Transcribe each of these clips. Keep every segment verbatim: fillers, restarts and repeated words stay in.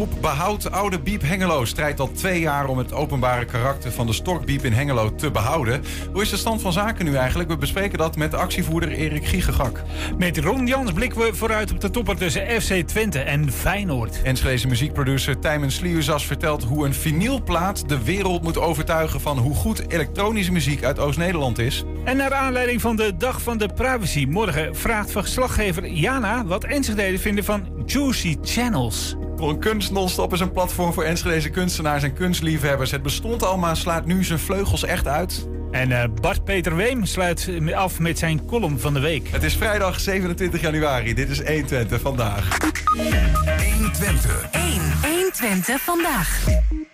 Actiegroep Behoud Oude Biep Hengelo strijdt al twee jaar om het openbare karakter van de Storkbiep in Hengelo te behouden. Hoe is de stand van zaken nu eigenlijk? We bespreken dat met de actievoerder Erik Giegegak. Met Ron Jans blikken we vooruit op de topper tussen F C Twente en Feyenoord. Enschedese muziekproducer Tijmen Sliuzas vertelt hoe een vinylplaat de wereld moet overtuigen van hoe goed elektronische muziek uit Oost-Nederland is. En naar aanleiding van de Dag van de Privacy morgen vraagt verslaggever Jana wat Enschede vinden van Juicy Channels. Kunst Non-Stop is een platform voor Enschedese kunstenaars en kunstliefhebbers. Het bestond al, maar slaat nu zijn vleugels echt uit. En uh, Bart-Peter Weem sluit af met zijn column van de week. Het is vrijdag zevenentwintig januari. Dit is honderdtwintig vandaag. honderdtwintig. honderdtwintig vandaag.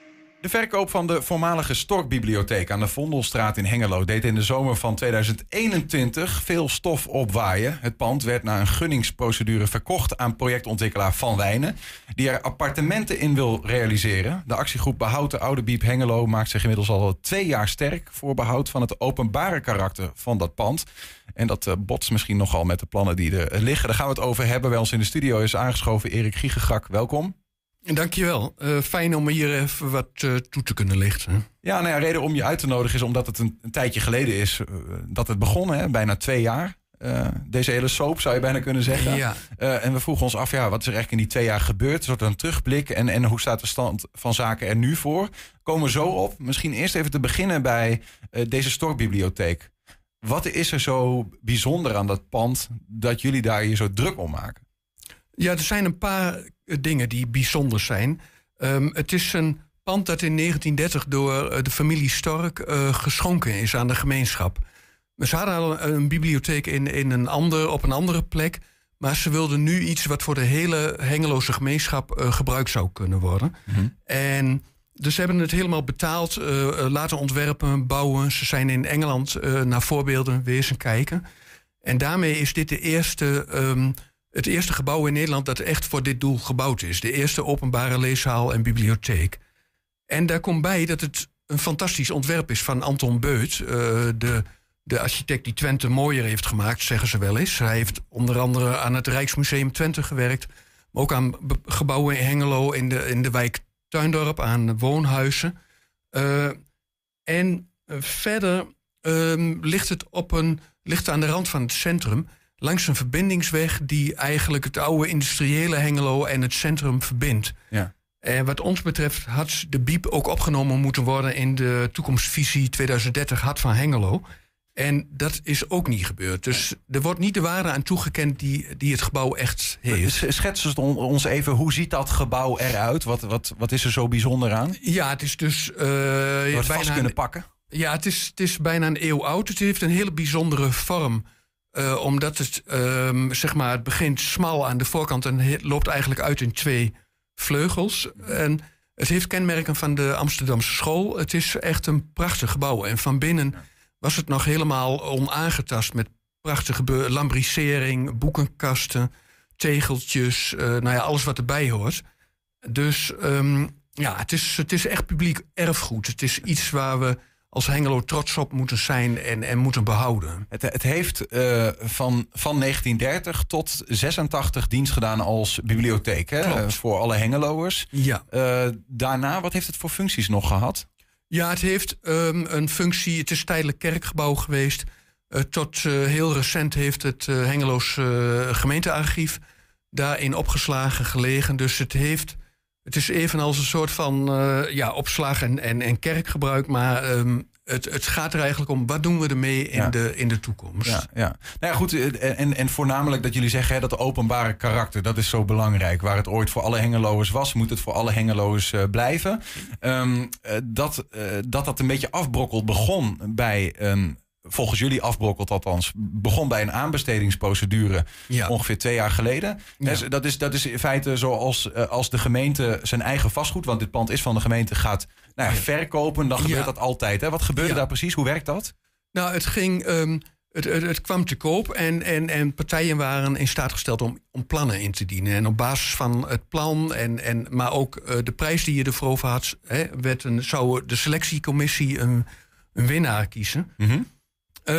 De verkoop van de voormalige Storkbibliotheek aan de Vondelstraat in Hengelo deed in de zomer van tweeduizend eenentwintig veel stof opwaaien. Het pand werd na een gunningsprocedure verkocht aan projectontwikkelaar Van Wijnen, die er appartementen in wil realiseren. De actiegroep Behoud de Oude Biep Hengelo maakt zich inmiddels al twee jaar sterk voor behoud van het openbare karakter van dat pand. En dat uh, botst misschien nogal met de plannen die er liggen. Daar gaan we het over hebben. Bij ons in de studio is aangeschoven Erik Giegegak. Welkom. Dankjewel. Uh, fijn om hier even wat uh, toe te kunnen lichten. Ja, nou ja, reden om je uit te nodigen is omdat het een, een tijdje geleden is uh, dat het begon, hè? Bijna twee jaar. Uh, deze hele soap zou je bijna kunnen zeggen. Ja. Uh, en we vroegen ons af, ja, wat is er eigenlijk in die twee jaar gebeurd? Een soort een terugblik en, en hoe staat de stand van zaken er nu voor? Komen we zo op. Misschien eerst even te beginnen bij uh, deze Storkbibliotheek. Wat is er zo bijzonder aan dat pand dat jullie daar hier zo druk om maken? Ja, er zijn een paar dingen die bijzonder zijn. Um, het is een pand dat in negentien dertig door de familie Stork uh, geschonken is aan de gemeenschap. Ze hadden al een, een bibliotheek in, in een ander, op een andere plek, maar ze wilden nu iets wat voor de hele Hengeloze gemeenschap uh, gebruikt zou kunnen worden. Mm-hmm. En dus ze hebben het helemaal betaald, uh, laten ontwerpen, bouwen. Ze zijn in Engeland uh, naar voorbeelden wezen kijken. En daarmee is dit de eerste... Um, Het eerste gebouw in Nederland dat echt voor dit doel gebouwd is. De eerste openbare leeszaal en bibliotheek. En daar komt bij dat het een fantastisch ontwerp is van Anton Beut. Uh, de, de architect die Twente mooier heeft gemaakt, zeggen ze wel eens. Hij heeft onder andere aan het Rijksmuseum Twente gewerkt. Maar ook aan be- gebouwen in Hengelo, in de, in de wijk Tuindorp, aan woonhuizen. Uh, en uh, verder uh, ligt het op een, ligt aan de rand van het centrum, langs een verbindingsweg die eigenlijk het oude industriële Hengelo en het centrum verbindt. Ja. En wat ons betreft had de Biep ook opgenomen moeten worden in de toekomstvisie tweeduizend dertig Hart van Hengelo. En dat is ook niet gebeurd. Dus er wordt niet de waarde aan toegekend die, die het gebouw echt heeft. Schets het ons even, hoe ziet dat gebouw eruit? Wat, wat, wat is er zo bijzonder aan? Ja, het is dus... Uh, Wordt vast kunnen pakken? Ja, het is, het is bijna een eeuw oud. Het heeft een hele bijzondere vorm. Uh, omdat het, uh, zeg maar, het begint smal aan de voorkant en he- loopt eigenlijk uit in twee vleugels. En het heeft kenmerken van de Amsterdamse school. Het is echt een prachtig gebouw. En van binnen was het nog helemaal onaangetast met prachtige be- lambrissering, boekenkasten, tegeltjes, uh, nou ja, alles wat erbij hoort. Dus um, ja, het is, het is echt publiek erfgoed. Het is iets waar we als Hengelo trots op moeten zijn en, en moeten behouden. Het, het heeft uh, van, van negentien dertig tot zesentachtig dienst gedaan als bibliotheek, hè? Uh, voor alle Hengeloers. Ja. Uh, daarna, wat heeft het voor functies nog gehad? Ja, het heeft um, een functie, het is tijdelijk kerkgebouw geweest. Uh, tot uh, heel recent heeft het uh, Hengeloos uh, gemeentearchief daarin opgeslagen gelegen. Dus het heeft... Het is evenals een soort van uh, ja, opslag en, en, en kerkgebruik. Maar um, het, het gaat er eigenlijk om, wat doen we ermee in, ja. de, in de toekomst? Ja, ja. Nou ja, goed, en, en voornamelijk dat jullie zeggen, hè, dat openbare karakter, dat is zo belangrijk. Waar het ooit voor alle Hengeloers was, moet het voor alle Hengeloers uh, blijven. Um, dat, uh, dat dat een beetje afbrokkelt begon bij een... volgens jullie afbrokkelt althans, begon bij een aanbestedingsprocedure ja. ongeveer twee jaar geleden. Ja. Dus dat, is, dat is in feite zoals uh, als de gemeente zijn eigen vastgoed, want dit pand is van de gemeente, gaat nou ja, verkopen, dan gebeurt ja. dat altijd. Hè? Wat gebeurde ja. daar precies? Hoe werkt dat? Nou, het ging... Um, het, het, het kwam te koop en, en, en partijen waren in staat gesteld om, om plannen in te dienen. En op basis van het plan, en, en, maar ook uh, de prijs die je ervoor over had, hè, werd een, zou de selectiecommissie een, een winnaar kiezen. Mm-hmm. Um,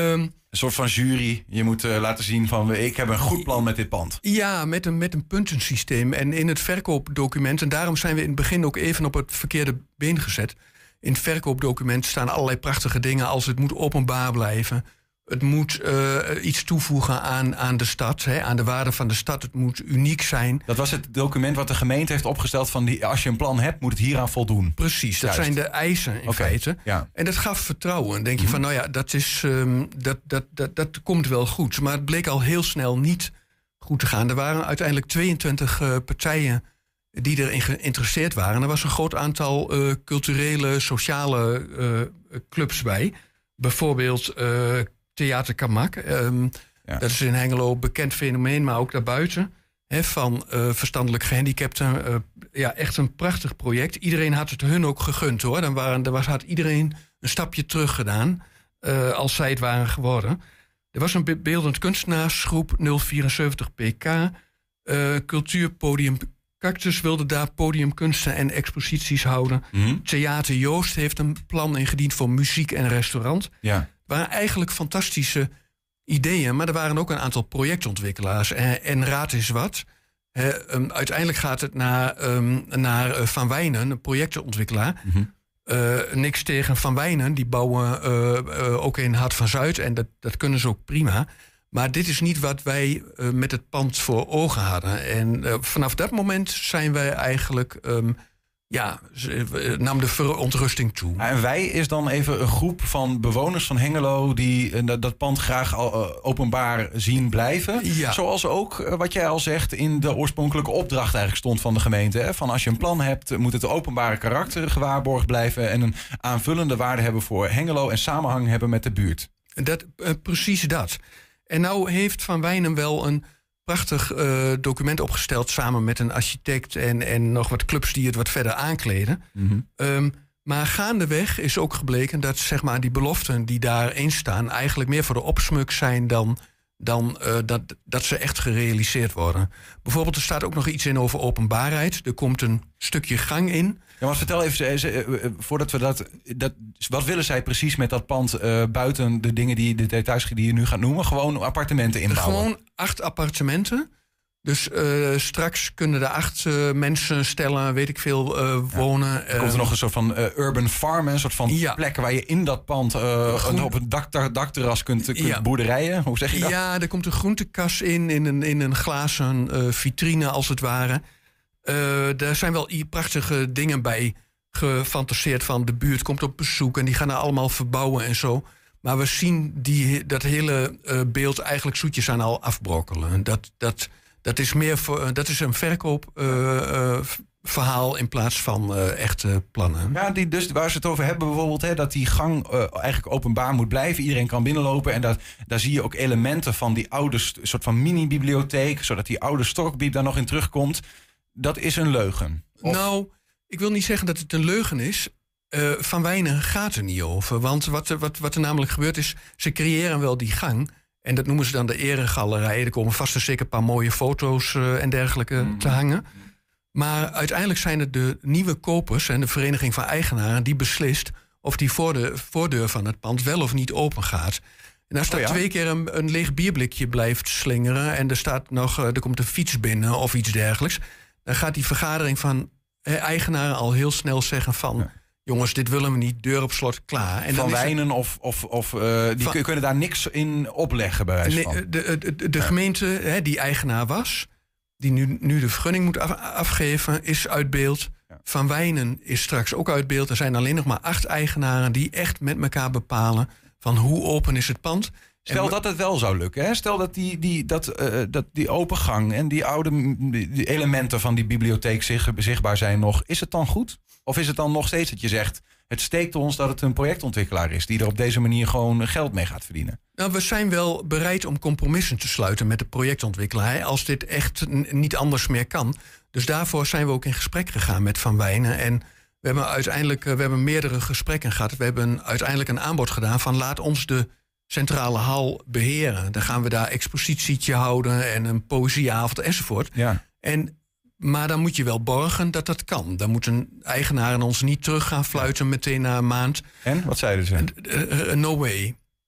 Een soort van jury. Je moet uh, laten zien van ik heb een goed plan met dit pand. Ja, met een, met een puntensysteem. En in het verkoopdocument, en daarom zijn we in het begin ook even op het verkeerde been gezet. In het verkoopdocument staan allerlei prachtige dingen als het moet openbaar blijven. Het moet uh, iets toevoegen aan, aan de stad, hè, aan de waarde van de stad. Het moet uniek zijn. Dat was het document wat de gemeente heeft opgesteld van die, als je een plan hebt, moet het hieraan voldoen. Precies, dat Juist. zijn de eisen in okay, feite. Ja. En dat gaf vertrouwen. Dan denk je mm-hmm. van, nou ja, dat, is, um, dat, dat, dat, dat komt wel goed. Maar het bleek al heel snel niet goed te gaan. Er waren uiteindelijk tweeëntwintig uh, partijen die erin geïnteresseerd waren. Er was een groot aantal uh, culturele, sociale uh, clubs bij. Bijvoorbeeld uh, Theater Kamak. Um, ja. Dat is in Hengelo een bekend fenomeen, maar ook daarbuiten. Hè, van uh, verstandelijk gehandicapten. Uh, ja, echt een prachtig project. Iedereen had het hun ook gegund, hoor. Dan waren, er was, had iedereen een stapje terug gedaan. Uh, als zij het waren geworden. Er was een be- beeldend kunstenaarsgroep nul vierenzeventig P K. Uh, Cultuurpodium Cactus wilde daar podiumkunsten en exposities houden. Mm-hmm. Theater Joost heeft een plan ingediend voor muziek en restaurant. Ja. Het waren eigenlijk fantastische ideeën, maar er waren ook een aantal projectontwikkelaars. En, en raad is wat. He, um, uiteindelijk gaat het naar, um, naar uh, Van Wijnen, een projectontwikkelaar. Mm-hmm. Uh, niks tegen Van Wijnen, die bouwen uh, uh, ook in Hart van Zuid. En dat, dat kunnen ze ook prima. Maar dit is niet wat wij uh, met het pand voor ogen hadden. En uh, vanaf dat moment zijn wij eigenlijk... Um, ja, nam de verontrusting toe. En wij is dan even een groep van bewoners van Hengelo die uh, dat pand graag al, uh, openbaar zien blijven. Ja. Zoals ook, uh, wat jij al zegt, in de oorspronkelijke opdracht eigenlijk stond van de gemeente. Hè? Van als je een plan hebt, moet het openbare karakter gewaarborgd blijven en een aanvullende waarde hebben voor Hengelo en samenhang hebben met de buurt. Dat, uh, precies dat. En nou heeft Van Wijnen wel een prachtig uh, document opgesteld samen met een architect en, en nog wat clubs die het wat verder aankleden. Mm-hmm. Um, maar gaandeweg is ook gebleken dat zeg maar, die beloften die daarin staan eigenlijk meer voor de opsmuk zijn dan, dan uh, dat, dat ze echt gerealiseerd worden. Bijvoorbeeld er staat ook nog iets in over openbaarheid. Er komt een stukje gang in. Ja, maar vertel even, uh, uh, voordat we dat, dat... Wat willen zij precies met dat pand uh, buiten de dingen, die de details die je nu gaat noemen? Gewoon appartementen inbouwen? Gewoon acht appartementen. Dus uh, straks kunnen er acht uh, mensen stellen, weet ik veel, uh, wonen. Ja. Er komt er nog een soort van uh, urban farm, een soort van ja. plekken waar je in dat pand uh, Groen... op een dak, dakterras kunt, kunt ja. boerderijen. Hoe zeg je dat? Ja, er komt een groentekas in, in een, in een glazen uh, vitrine als het ware. Uh, daar zijn wel prachtige dingen bij gefantaseerd van de buurt komt op bezoek en die gaan er allemaal verbouwen en zo. Maar we zien die, dat hele uh, beeld eigenlijk zoetjes aan al afbrokkelen. Dat, dat, dat, is, meer voor, dat is een verkoopverhaal uh, uh, in plaats van uh, echte plannen. Ja, die, dus waar ze het over hebben bijvoorbeeld, hè, dat die gang uh, eigenlijk openbaar moet blijven. Iedereen kan binnenlopen en dat, daar zie je ook elementen van die oude soort van mini-bibliotheek, zodat die oude Storkbieb daar nog in terugkomt. Dat is een leugen. Of... Nou, ik wil niet zeggen dat het een leugen is. Uh, Van Wijnen gaat er niet over. Want wat, wat, wat er namelijk gebeurt is, ze creëren wel die gang. En dat noemen ze dan de eregalerij. Er komen vast en zeker een paar mooie foto's uh, en dergelijke mm. te hangen. Maar uiteindelijk zijn het de nieuwe kopers en de Vereniging van Eigenaren die beslist of die voor de voordeur van het pand wel of niet open gaat. En als daar oh ja? twee keer een, een leeg bierblikje blijft slingeren en er staat nog, uh, er komt een fiets binnen of iets dergelijks, dan gaat die vergadering van uh, eigenaren al heel snel zeggen van... Ja. Jongens, dit willen we niet, deur op slot, klaar. En van dan Wijnen of, of, of uh, die van, kunnen daar niks in opleggen bij wijze van. De, de, de, de ja. gemeente hè, die eigenaar was, die nu, nu de vergunning moet af, afgeven, is uit beeld. Ja. Van Wijnen is straks ook uit beeld. Er zijn alleen nog maar acht eigenaren die echt met elkaar bepalen van hoe open is het pand. Stel en, dat het wel zou lukken. Hè? Stel dat die, die, dat, uh, dat die open gang en die oude die elementen van die bibliotheek zich, zichtbaar zijn nog. Is het dan goed? Of is het dan nog steeds dat je zegt, het steekt ons dat het een projectontwikkelaar is die er op deze manier gewoon geld mee gaat verdienen? Nou, we zijn wel bereid om compromissen te sluiten met de projectontwikkelaar als dit echt n- niet anders meer kan. Dus daarvoor zijn we ook in gesprek gegaan met Van Wijnen. En we hebben uiteindelijk we hebben meerdere gesprekken gehad. We hebben uiteindelijk een aanbod gedaan van laat ons de centrale hal beheren. Dan gaan we daar expositietje houden en een poëzieavond enzovoort. Ja. En Maar dan moet je wel borgen dat dat kan. Dan moet een eigenaar ons niet terug gaan fluiten meteen na een maand. En? Wat zeiden ze? Uh, uh, no way.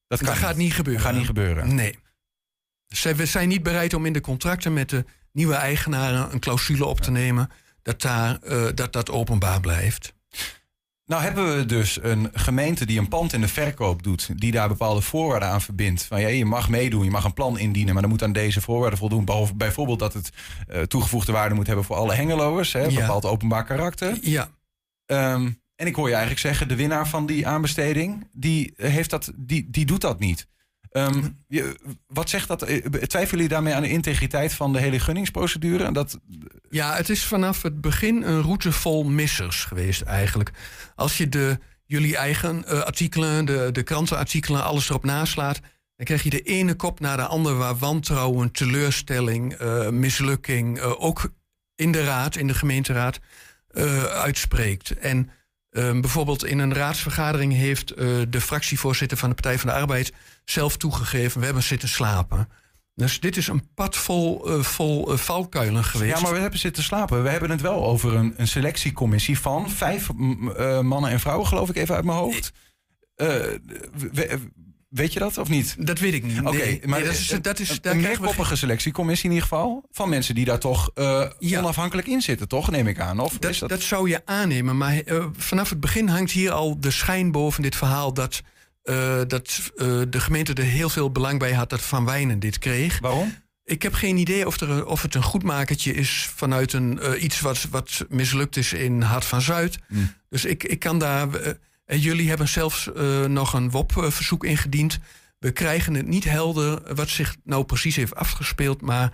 Dat, kan dat niet. gaat niet gebeuren. Dat gaat niet gebeuren. Nee. Zij, we zijn niet bereid om in de contracten met de nieuwe eigenaren een clausule op te nemen dat daar, uh, dat, dat openbaar blijft. Nou hebben we dus een gemeente die een pand in de verkoop doet, die daar bepaalde voorwaarden aan verbindt. Van ja, je mag meedoen, je mag een plan indienen, maar dan moet aan deze voorwaarden voldoen. Behalve bijvoorbeeld dat het uh, toegevoegde waarde moet hebben voor alle Hengeloers, hè, Ja. bepaald openbaar karakter. Ja. Um, en ik hoor je eigenlijk zeggen, de winnaar van die aanbesteding, die, heeft dat, die, die doet dat niet. Um, je, wat zegt dat? Twijfelen jullie daarmee aan de integriteit van de hele gunningsprocedure? Dat... Ja, het is vanaf het begin een route vol missers geweest eigenlijk. Als je de, jullie eigen uh, artikelen, de, de krantenartikelen, alles erop naslaat, dan krijg je de ene kop na de andere waar wantrouwen, teleurstelling, uh, mislukking, uh, ook in de raad, in de gemeenteraad, uh, uitspreekt. En uh, bijvoorbeeld in een raadsvergadering heeft uh, de fractievoorzitter van de Partij van de Arbeid zelf toegegeven, we hebben zitten slapen. Dus dit is een pad vol, uh, vol uh, valkuilen geweest. Ja, maar we hebben zitten slapen. We hebben het wel over een, een selectiecommissie van vijf uh, mannen en vrouwen, geloof ik, even uit mijn hoofd. Uh, we, weet je dat of niet? Dat weet ik niet. Oké, nee, maar nee, dat is, dat is, daar een krijgen we meerkoppige selectiecommissie in ieder geval. Van mensen die daar toch uh, Ja. onafhankelijk in zitten, toch? Neem ik aan. Of Dat, is dat... dat zou je aannemen. Maar uh, vanaf het begin hangt hier al de schijn boven dit verhaal dat, uh, dat uh, de gemeente er heel veel belang bij had dat Van Wijnen dit kreeg. Waarom? Ik heb geen idee of, er, of het een goedmakertje is vanuit een, uh, iets wat, wat mislukt is in Hart van Zuid. Hmm. Dus ik, ik kan daar... Uh, en jullie hebben zelfs uh, nog een W O P-verzoek ingediend. We krijgen het niet helder wat zich nou precies heeft afgespeeld, maar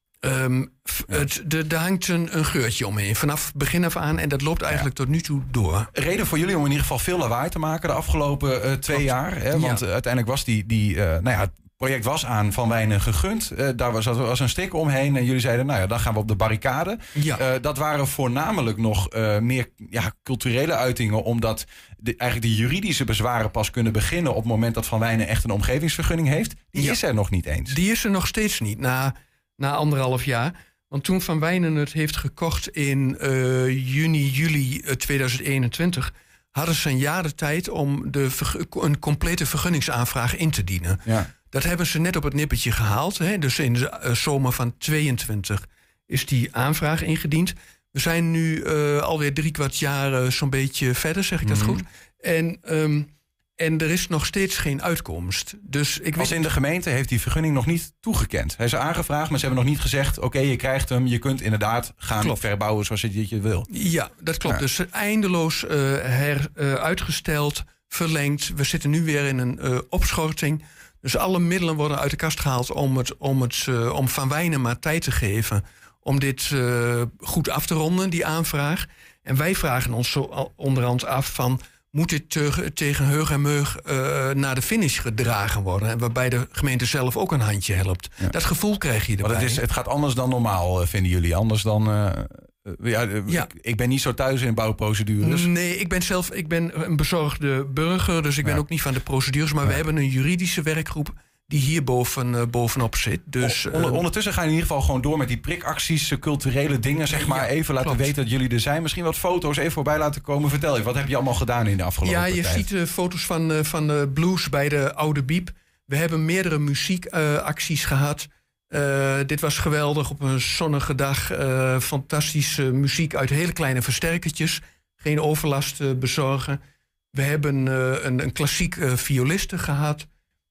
um, Ja. het, de, er hangt een, een geurtje omheen. Vanaf begin af aan en dat loopt eigenlijk ja. tot nu toe door. Reden voor jullie om in ieder geval veel lawaai te maken de afgelopen uh, twee Klopt. jaar. Hè? Want ja. uh, uiteindelijk was die... die uh, nou ja, het project was aan Van Wijnen gegund. Uh, daar was, was een strik omheen. En jullie zeiden, nou ja, dan gaan we op de barricade. Ja. Uh, dat waren voornamelijk nog uh, meer ja, culturele uitingen. Omdat de, eigenlijk de juridische bezwaren pas kunnen beginnen op het moment dat Van Wijnen echt een omgevingsvergunning heeft. Die ja. is er nog niet eens. Die is er nog steeds niet, na, na anderhalf jaar. Want toen Van Wijnen het heeft gekocht in uh, juni, juli tweeduizend eenentwintig... hadden ze een jaar de tijd om de vergu- een complete vergunningsaanvraag in te dienen. Ja. Dat hebben ze net op het nippertje gehaald. Hè? Dus in de uh, zomer van tweeëntwintig is die aanvraag ingediend. We zijn nu uh, alweer drie kwart jaar uh, zo'n beetje verder, zeg ik dat mm-hmm. goed. En, um, en er is nog steeds geen uitkomst. Dus ik Als weet... in de gemeente heeft die vergunning nog niet toegekend. Hij is aangevraagd, maar ze hebben nog niet gezegd... oké, okay, je krijgt hem, je kunt inderdaad gaan klopt. verbouwen zoals je dit je wil. Ja, dat klopt. Ja. Dus eindeloos uh, her, uh, uitgesteld, verlengd. We zitten nu weer in een uh, opschorting. Dus alle middelen worden uit de kast gehaald om, het, om, het, uh, om Van Wijnen maar tijd te geven... om dit uh, goed af te ronden, die aanvraag. En wij vragen ons zo onderhand af van... moet dit te, tegen heug en meug uh, naar de finish gedragen worden... En waarbij de gemeente zelf ook een handje helpt. Ja. Dat gevoel krijg je erbij. Maar het, is, het gaat anders dan normaal, vinden jullie? Anders dan... Uh... Ja, ja. Ik, ik ben niet zo thuis in bouwprocedures. Nee, ik ben zelf ik ben een bezorgde burger, dus ik ben ja. ook niet van de procedures. Maar ja. we hebben een juridische werkgroep die hier boven, uh, bovenop zit. Dus, Onder, ondertussen gaan we in ieder geval gewoon door met die prikacties, culturele dingen, zeg maar. Ja, even laten klopt. weten dat jullie er zijn. Misschien wat foto's even voorbij laten komen. Vertel even, wat heb je allemaal gedaan in de afgelopen tijd? Ja, je tijd? ziet uh, foto's van, uh, van de blues bij de Oude Biep. We hebben meerdere muziekacties uh, gehad. Uh, dit was geweldig op een zonnige dag. Uh, fantastische muziek uit hele kleine versterkertjes. Geen overlast uh, bezorgen. We hebben uh, een, een klassiek uh, violiste gehad.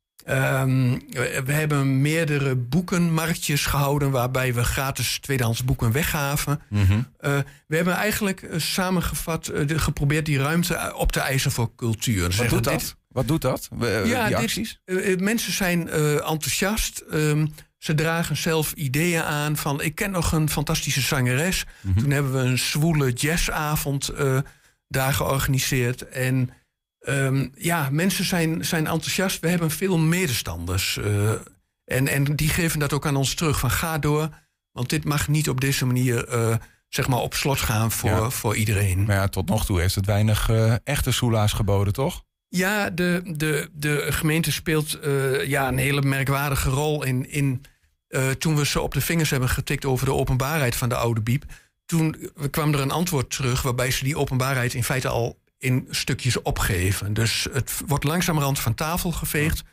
Um, we, we hebben meerdere boekenmarktjes gehouden... waarbij we gratis tweedehands boeken weggaven. Mm-hmm. Uh, we hebben eigenlijk uh, samengevat... Uh, de, geprobeerd die ruimte op te eisen voor cultuur. Wat doet dat? Dit, Wat doet dat? We, ja, die dit, acties? Uh, mensen zijn uh, enthousiast... Um, Ze dragen zelf ideeën aan van... ik ken nog een fantastische zangeres. Mm-hmm. Toen hebben we een zwoele jazzavond uh, daar georganiseerd. En um, ja, mensen zijn, zijn enthousiast. We hebben veel medestanders. Uh, en, en die geven dat ook aan ons terug. Van ga door, want dit mag niet op deze manier... Uh, zeg maar op slot gaan voor, ja. voor iedereen. Maar ja, tot nog toe heeft het weinig uh, echte soela's geboden, toch? Ja, de, de, de gemeente speelt uh, ja, een hele merkwaardige rol in... in Uh, toen we ze op de vingers hebben getikt over de openbaarheid van de Oude Biep... toen kwam er een antwoord terug waarbij ze die openbaarheid in feite al in stukjes opgeven. Dus het wordt langzamerhand van tafel geveegd.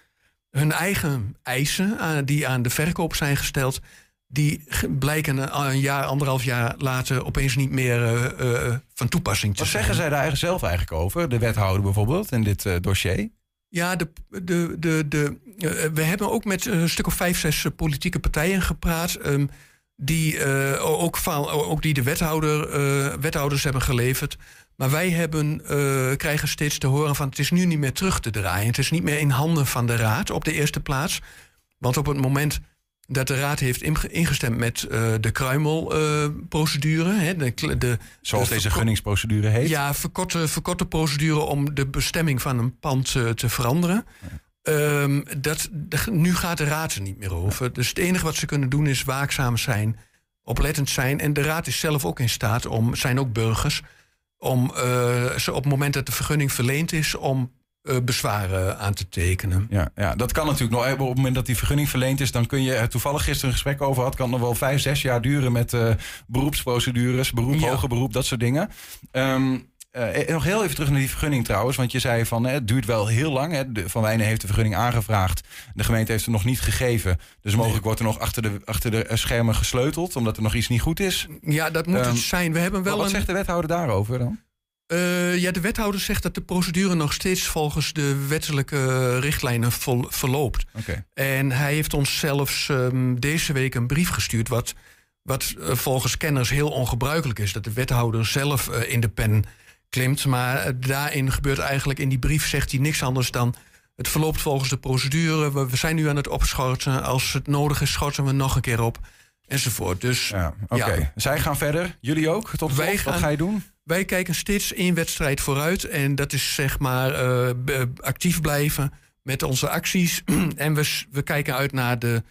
hun eigen eisen uh, die aan de verkoop zijn gesteld, die blijken een, een jaar, anderhalf jaar later opeens niet meer uh, uh, van toepassing te Wat zijn. zeggen zij daar eigenlijk zelf eigenlijk over? De wethouder bijvoorbeeld in dit uh, dossier? Ja, de, de, de, de, uh, we hebben ook met een stuk of vijf, zes uh, politieke partijen gepraat. Um, die, uh, ook, van, ook die de wethouder, uh, wethouders hebben geleverd. Maar wij hebben, uh, krijgen steeds te horen van het is nu niet meer terug te draaien. Het is niet meer in handen van de raad op de eerste plaats. Want op het moment dat de raad heeft ingestemd met uh, de kruimelprocedure. Uh, de, de, Zoals de deze gunningsprocedure heet? Ja, verkorte, verkorte procedure om de bestemming van een pand uh, te veranderen. Ja. Um, dat, de, nu gaat de raad er niet meer over. Ja. Dus het enige wat ze kunnen doen is waakzaam zijn, oplettend zijn. En de raad is zelf ook in staat om, zijn ook burgers, om uh, ze op het moment dat de vergunning verleend is, om Uh, bezwaren aan te tekenen. Ja, ja, dat kan natuurlijk nog. Op het moment dat die vergunning verleend is, dan kun je, toevallig gisteren een gesprek over had, kan nog wel vijf, zes jaar duren met uh, beroepsprocedures, beroep, ja. hoger beroep, dat soort dingen. Um, uh, nog heel even terug naar die vergunning trouwens, want je zei van uh, het duurt wel heel lang. Hè. De, Van Wijnen heeft de vergunning aangevraagd. De gemeente heeft er nog niet gegeven. Dus mogelijk nee. wordt er nog achter de, achter de schermen gesleuteld, omdat er nog iets niet goed is. Ja, dat moet um, het zijn. We hebben wel wat een... zegt de wethouder daarover dan? Uh, ja, de wethouder zegt dat de procedure nog steeds volgens de wettelijke richtlijnen vol, verloopt. Okay. En hij heeft ons zelfs um, deze week een brief gestuurd, wat, wat uh, volgens kenners heel ongebruikelijk is. Dat de wethouder zelf uh, in de pen klimt. Maar uh, daarin gebeurt eigenlijk, in die brief zegt hij niks anders dan, het verloopt volgens de procedure. We, we zijn nu aan het opschorten. Als het nodig is, schorten we nog een keer op. Enzovoort. Dus, ja, Oké, okay. ja. Zij gaan verder. Jullie ook? Tot Wij slot, gaan, wat ga je doen? Wij kijken steeds één wedstrijd vooruit. En dat is zeg maar uh, actief blijven met onze acties. En we, we kijken uit naar de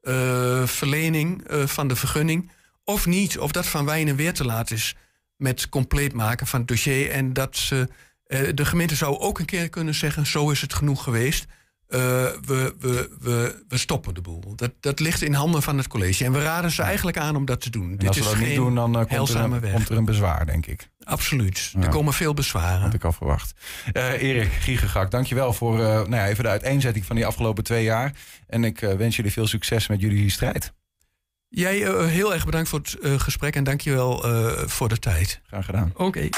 uh, verlening uh, van de vergunning. Of niet, of dat Van Wijnen weer te laat is met compleet maken van het dossier. En dat ze, uh, de gemeente zou ook een keer kunnen zeggen, zo is het genoeg geweest. Uh, we, we, we, we stoppen de boel. Dat, dat ligt in handen van het college. En we raden ze eigenlijk aan om dat te doen. En Dit als is we dat geen niet doen, dan uh, komt, er een, komt er een bezwaar, denk ik. Absoluut. Ja. Er komen veel bezwaren. Had ik al verwacht. Uh, Erik Giegegak, dankjewel voor uh, nou ja, even de uiteenzetting van die afgelopen twee jaar. En ik uh, wens jullie veel succes met jullie strijd. Jij uh, heel erg bedankt voor het uh, gesprek en dankjewel uh, voor de tijd. Graag gedaan. Oké. Okay.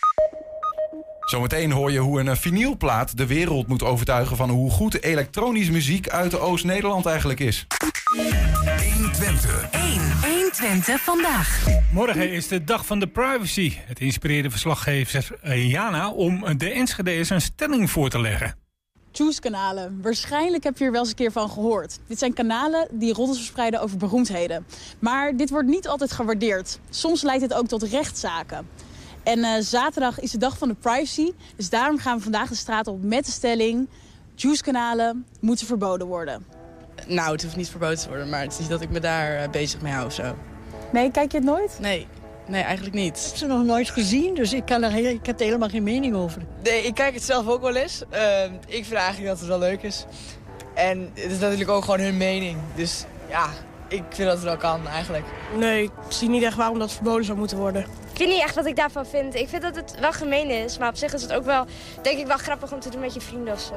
Zometeen hoor je hoe een vinylplaat de wereld moet overtuigen van hoe goed elektronische muziek uit de Oost-Nederland eigenlijk is. honderdtwintig. honderdtwintig vandaag. Morgen is de dag van de privacy. Het inspireerde verslaggever Jana om de Enschede'ers een stelling voor te leggen. Juice-kanalen. Waarschijnlijk heb je er wel eens een keer van gehoord. Dit zijn kanalen die roddels verspreiden over beroemdheden. Maar dit wordt niet altijd gewaardeerd. Soms leidt dit ook tot rechtszaken. En uh, zaterdag is de dag van de privacy. Dus daarom gaan we vandaag de straat op met de stelling: juice-kanalen moeten verboden worden. Nou, het hoeft niet verboden te worden, maar het is niet dat ik me daar uh, bezig mee hou of zo. Nee, kijk je het nooit? Nee, nee, eigenlijk niet. Ik heb ze nog nooit gezien, dus ik, kan er heel, ik heb er helemaal geen mening over. Nee, ik kijk het zelf ook wel eens. Uh, ik vind eigenlijk dat het wel leuk is. En het is natuurlijk ook gewoon hun mening. Dus ja, ik vind dat het wel kan eigenlijk. Nee, ik zie niet echt waarom dat verboden zou moeten worden. Ik weet niet echt wat ik daarvan vind. Ik vind dat het wel gemeen is, maar op zich is het ook wel, denk ik, wel grappig om te doen met je vrienden of zo.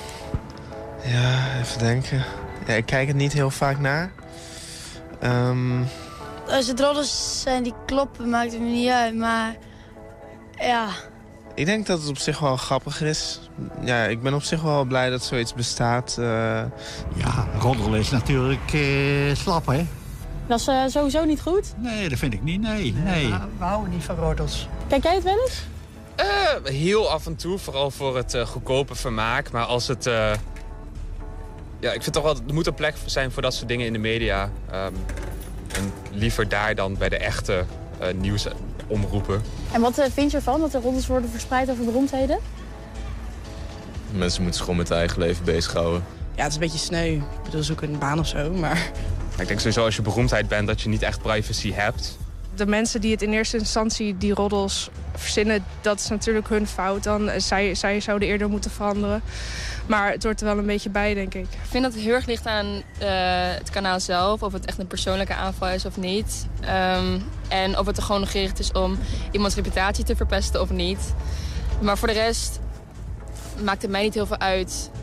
Ja, even denken. Ja, ik kijk het niet heel vaak naar. Um... Als het roddels zijn die kloppen, maakt het me niet uit, maar ja. Ik denk dat het op zich wel grappig is. Ja, ik ben op zich wel blij dat zoiets bestaat. Uh... Ja, roddel is natuurlijk uh, slap, hè? Dat is uh, sowieso niet goed? Nee, dat vind ik niet, nee. nee. nee. We, we houden niet van roddels. Kijk jij het wel eens? Uh, heel af en toe, vooral voor het uh, goedkope vermaak. Maar als het... Uh... Ja, ik vind toch wel, er moet een plek zijn voor dat soort dingen in de media. Um, en liever daar dan bij de echte uh, nieuwsomroepen. En wat uh, vind je ervan, dat er roddels worden verspreid over beroemdheden? Mensen moeten zich gewoon met hun eigen leven bezighouden. Ja, het is een beetje sneu. Ik bedoel, zoek een baan of zo, maar... Ik denk sowieso als je beroemdheid bent dat je niet echt privacy hebt. De mensen die het in eerste instantie die roddels verzinnen, dat is natuurlijk hun fout. Dan, zij, zij zouden eerder moeten veranderen. Maar het hoort er wel een beetje bij, denk ik. Ik vind dat het heel erg ligt aan uh, het kanaal zelf. Of het echt een persoonlijke aanval is of niet. Um, en of het er gewoon gericht is om iemands reputatie te verpesten of niet. Maar voor de rest maakt het mij niet heel veel uit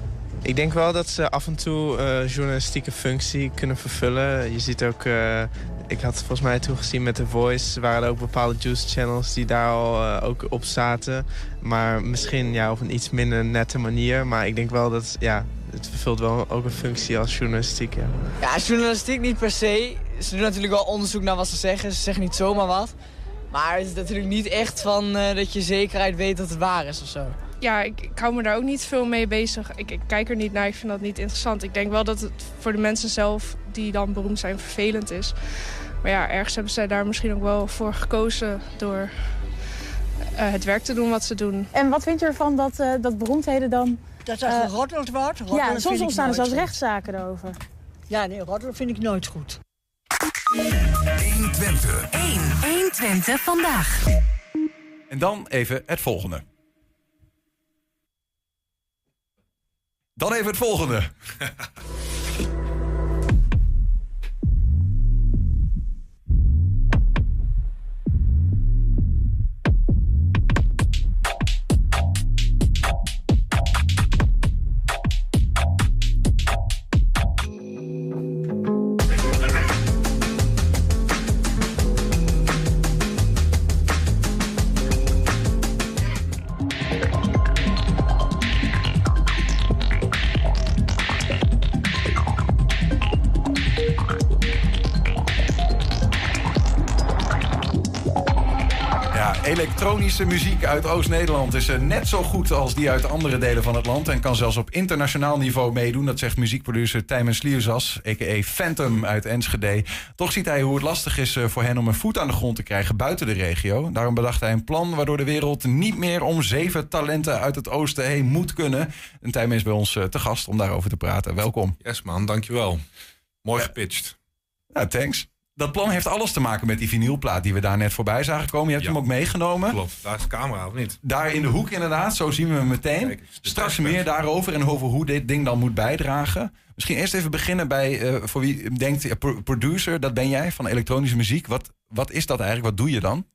Ik denk wel dat ze af en toe uh, journalistieke functie kunnen vervullen. Je ziet ook, uh, ik had volgens mij toen gezien met The Voice, waren er ook bepaalde juice channels die daar al uh, ook op zaten. Maar misschien ja, op een iets minder nette manier. Maar ik denk wel dat ja, het vervult wel ook een functie als journalistiek. Ja, ja journalistiek niet per se. Ze doen natuurlijk wel onderzoek naar wat ze zeggen. Ze zeggen niet zomaar wat. Maar het is natuurlijk niet echt van uh, dat je zekerheid weet dat het waar is of zo. Ja, ik, ik hou me daar ook niet veel mee bezig. Ik, ik kijk er niet naar, ik vind dat niet interessant. Ik denk wel dat het voor de mensen zelf die dan beroemd zijn vervelend is. Maar ja, ergens hebben zij daar misschien ook wel voor gekozen door uh, het werk te doen wat ze doen. En wat vind je ervan dat, uh, dat beroemdheden dan... Dat dat uh, geroddeld wordt? Roddelen ja, soms ontstaan er zelfs goed. rechtszaken erover. Ja, nee, roddelen vind ik nooit goed. honderdtwintig. honderdtwintig vandaag. En dan even het volgende. Dan even het volgende. Elektronische muziek uit Oost-Nederland is net zo goed als die uit andere delen van het land en kan zelfs op internationaal niveau meedoen. Dat zegt muziekproducer Tijmen Slierzas, a k a. Phantom uit Enschede. Toch ziet hij hoe het lastig is voor hen om een voet aan de grond te krijgen buiten de regio. Daarom bedacht hij een plan waardoor de wereld niet meer om zeven talenten uit het oosten heen moet kunnen. En Tijmen is bij ons te gast om daarover te praten. Welkom. Yes man, dankjewel. Mooi ja. gepitcht. Ja, thanks. Dat plan heeft alles te maken met die vinylplaat die we daar net voorbij zagen komen. Je hebt ja. hem ook meegenomen. Klopt, daar is de camera, of niet? Daar in de hoek inderdaad, zo zien we hem meteen. Kijk, straks meer daarover en over hoe dit ding dan moet bijdragen. Misschien eerst even beginnen bij, uh, voor wie denkt, uh, producer, dat ben jij, van elektronische muziek. Wat, wat is dat eigenlijk? Wat doe je dan?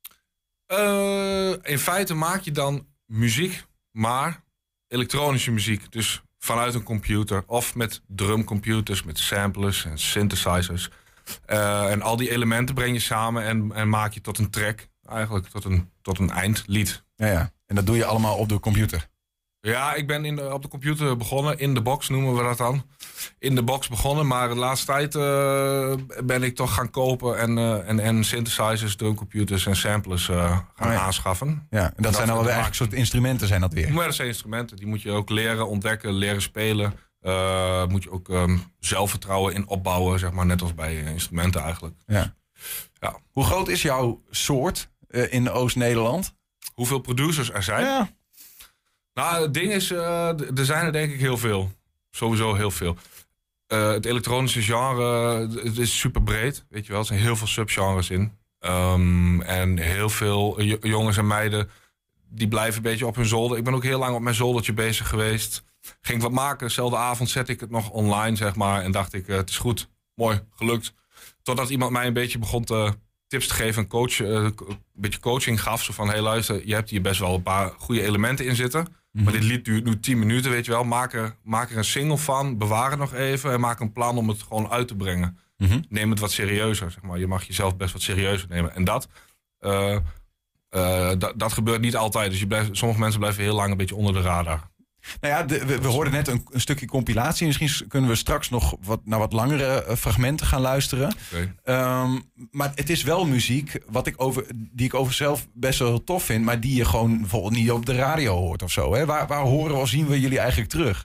Uh, in feite maak je dan muziek, maar elektronische muziek. Dus vanuit een computer of met drumcomputers, met samplers en synthesizers. Uh, en al die elementen breng je samen en, en maak je tot een track, eigenlijk tot een, tot een eindlied. Ja, ja, en dat doe je allemaal op de computer? Ja, ik ben in de, op de computer begonnen, in de box noemen we dat dan. In de box begonnen, maar de laatste tijd uh, ben ik toch gaan kopen en, uh, en, en synthesizers, drumcomputers en samplers uh, gaan oh, ja. aanschaffen. Ja, en dat, dat zijn alweer eigenlijk soort instrumenten zijn dat weer? Maar dat zijn instrumenten, die moet je ook leren, ontdekken, leren spelen. Uh, moet je ook um, zelfvertrouwen in opbouwen, zeg maar, net als bij uh, instrumenten eigenlijk. Ja. Ja. Hoe groot is jouw soort uh, in Oost-Nederland? Hoeveel producers er zijn? Ja. Nou, het ding is, uh, d- er zijn er denk ik heel veel. Sowieso heel veel. Uh, het elektronische genre, het is super breed, weet je wel. Er zijn heel veel subgenres in. Um, en heel veel j- jongens en meiden, die blijven een beetje op hun zolder. Ik ben ook heel lang op mijn zoldertje bezig geweest. Ging wat maken, dezelfde avond zette ik het nog online, zeg maar. En dacht ik, uh, het is goed, mooi, gelukt. Totdat iemand mij een beetje begon te tips te geven en coach, uh, een beetje coaching gaf. Zo van, hé hey, luister, je hebt hier best wel een paar goede elementen in zitten. Mm-hmm. Maar dit lied duurt nu tien minuten, weet je wel. Maak er, maak er een single van, bewaar het nog even en maak een plan om het gewoon uit te brengen. Mm-hmm. Neem het wat serieuzer, zeg maar. Je mag jezelf best wat serieuzer nemen. En dat, uh, uh, dat, dat gebeurt niet altijd. Dus je blijft, sommige mensen blijven heel lang een beetje onder de radar. Nou ja, de, we, we hoorden net een, een stukje compilatie. Misschien kunnen we straks nog wat, naar wat langere uh, fragmenten gaan luisteren. Okay. Um, maar het is wel muziek wat ik over, die ik over zelf best wel heel tof vind. Maar die je gewoon bijvoorbeeld niet op de radio hoort of zo. Hè? Waar, waar horen of zien we jullie eigenlijk terug?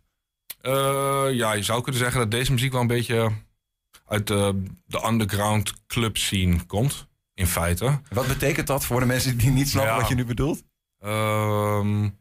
Uh, ja, je zou kunnen zeggen dat deze muziek wel een beetje uit de, de underground club scene komt. In feite. Wat betekent dat voor de mensen die niet snappen ja. wat je nu bedoelt? Um,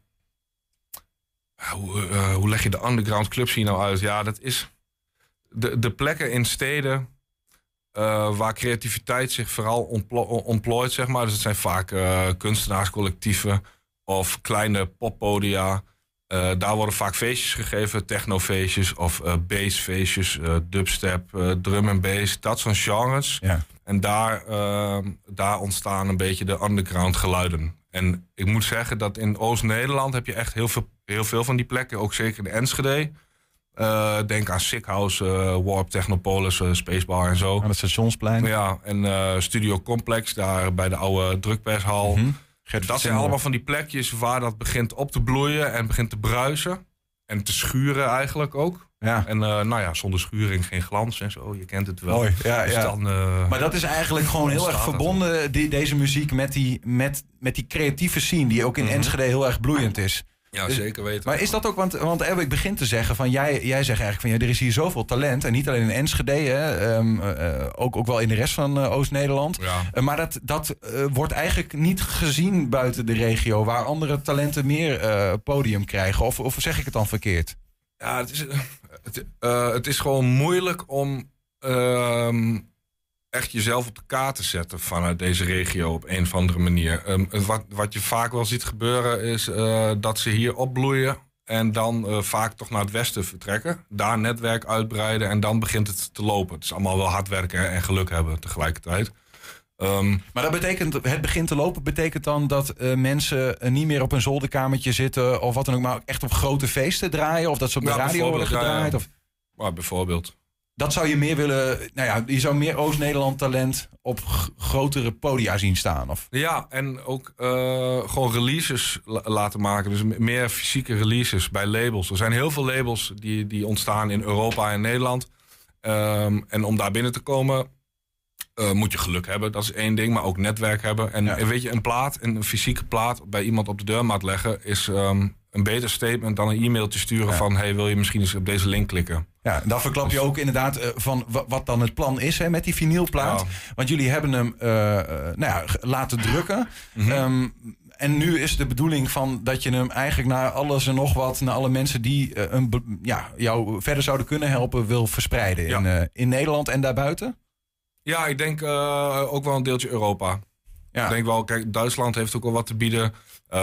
Hoe, uh, hoe leg je de underground club scene nou uit? Ja, dat is de, de plekken in steden uh, waar creativiteit zich vooral ontplo- ontplooit, zeg maar. Dus het zijn vaak uh, kunstenaarscollectieven of kleine poppodia. Uh, daar worden vaak feestjes gegeven, technofeestjes of uh, bassfeestjes, uh, dubstep, uh, drum en bass, dat soort genres. Ja. En daar, uh, daar ontstaan een beetje de underground geluiden. En ik moet zeggen dat in Oost-Nederland heb je echt heel veel, heel veel van die plekken. Ook zeker in Enschede. Uh, denk aan Sick House, uh, Warp, Technopolis, uh, Spacebar en zo. Aan het Stationsplein. Ja, en uh, Studio Complex, daar bij de oude drukpershal. Mm-hmm. Dat zijn allemaal van die plekjes waar dat begint op te bloeien en begint te bruisen. En te schuren eigenlijk ook. Ja. En uh, nou ja, zonder schuring geen glans en zo. Je kent het wel. Mooi, ja, dus ja. Dan, uh, maar dat is eigenlijk gewoon heel erg verbonden, die, deze muziek, met die, met, met die creatieve scene die ook in mm-hmm. Enschede heel erg bloeiend is. Ja, dus, zeker weten. Maar is dat ook, want, want ik begin te zeggen van, jij, jij zegt eigenlijk van, ja, er is hier zoveel talent. En niet alleen in Enschede, hè, um, uh, ook, ook wel in de rest van uh, Oost-Nederland. Ja. Uh, maar dat, dat uh, wordt eigenlijk niet gezien buiten de regio, waar andere talenten meer uh, podium krijgen. Of, of zeg ik het dan verkeerd? Ja, het is, het, uh, het is gewoon moeilijk om uh, echt jezelf op de kaart te zetten vanuit deze regio op een of andere manier. Um, wat, wat je vaak wel ziet gebeuren is uh, dat ze hier opbloeien en dan uh, vaak toch naar het westen vertrekken. Daar netwerk uitbreiden en dan begint het te lopen. Het is allemaal wel hard werken en geluk hebben tegelijkertijd. Um, maar dat betekent, het begint te lopen betekent dan dat uh, mensen uh, niet meer op een zolderkamertje zitten of wat dan ook, maar echt op grote feesten draaien? Of dat ze op de ja, radio worden gedraaid? Ja, of... maar bijvoorbeeld. Dat zou je meer willen, nou ja, je zou meer Oost-Nederland talent op g- grotere podia zien staan? Of? Ja, en ook uh, gewoon releases la- laten maken. Dus meer fysieke releases bij labels. Er zijn heel veel labels die, die ontstaan in Europa en Nederland. Um, en om daar binnen te komen uh, moet je geluk hebben. Dat is één ding, maar ook netwerk hebben. En, ja. en weet je, een plaat, een fysieke plaat bij iemand op de deurmat leggen is um, een beter statement dan een e-mailtje sturen ja. van hey, wil je misschien eens op deze link klikken? Ja, dan verklap je ook inderdaad uh, van w- wat dan het plan is hè, met die vinylplaat. Ja. Want jullie hebben hem uh, uh, nou ja, laten drukken. Mm-hmm. Um, en nu is de bedoeling van dat je hem eigenlijk naar alles en nog wat, naar alle mensen die uh, een be- ja, jou verder zouden kunnen helpen, wil verspreiden ja. in, uh, in Nederland en daarbuiten? Ja, ik denk uh, ook wel een deeltje Europa. Ja. Ik denk wel, kijk, Duitsland heeft ook wel wat te bieden.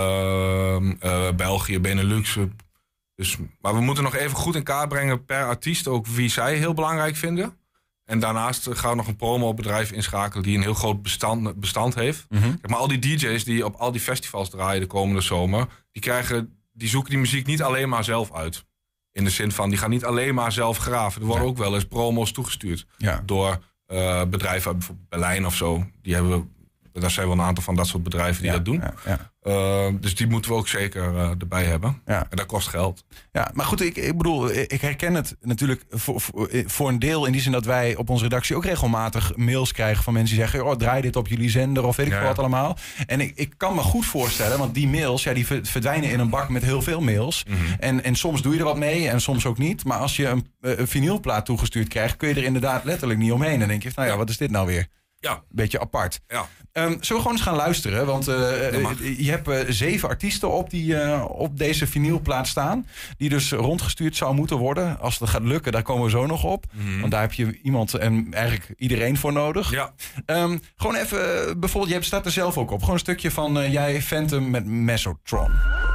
Uh, uh, België, Benelux. Dus, maar we moeten nog even goed in kaart brengen per artiest ook wie zij heel belangrijk vinden. En daarnaast gaan we nog een promobedrijf inschakelen die een heel groot bestand, bestand heeft. Mm-hmm. Kijk, maar al die D J's die op al die festivals draaien de komende zomer, die, krijgen, die zoeken die muziek niet alleen maar zelf uit. In de zin van, die gaan niet alleen maar zelf graven. Er worden ja. ook wel eens promo's toegestuurd ja. door uh, bedrijven, bijvoorbeeld Berlijn of zo. Die hebben, daar zijn wel een aantal van dat soort bedrijven die ja, dat doen. Ja, ja. Uh, dus die moeten we ook zeker uh, erbij hebben. Ja. En dat kost geld. Ja, maar goed, ik, ik bedoel, ik herken het natuurlijk voor, voor, voor een deel in die zin dat wij op onze redactie ook regelmatig mails krijgen van mensen die zeggen, oh, draai dit op jullie zender of weet ik ja, wat allemaal. En ik, ik kan me goed voorstellen, want die mails, ja, die verdwijnen in een bak met heel veel mails. Mm-hmm. En, en soms doe je er wat mee en soms ook niet. Maar als je een, een vinylplaat toegestuurd krijgt, kun je er inderdaad letterlijk niet omheen. Dan denk je, nou ja, wat is dit nou weer? Ja. Beetje apart. Ja. Um, zullen we gewoon eens gaan luisteren? Want uh, je hebt uh, zeven artiesten op, die, uh, op deze vinylplaat staan. Die dus rondgestuurd zou moeten worden. Als het gaat lukken, daar komen we zo nog op. Mm-hmm. Want daar heb je iemand en eigenlijk iedereen voor nodig. Ja. Um, gewoon even, bijvoorbeeld, jij staat er zelf ook op. Gewoon een stukje van uh, jij Phantom met Mesotron.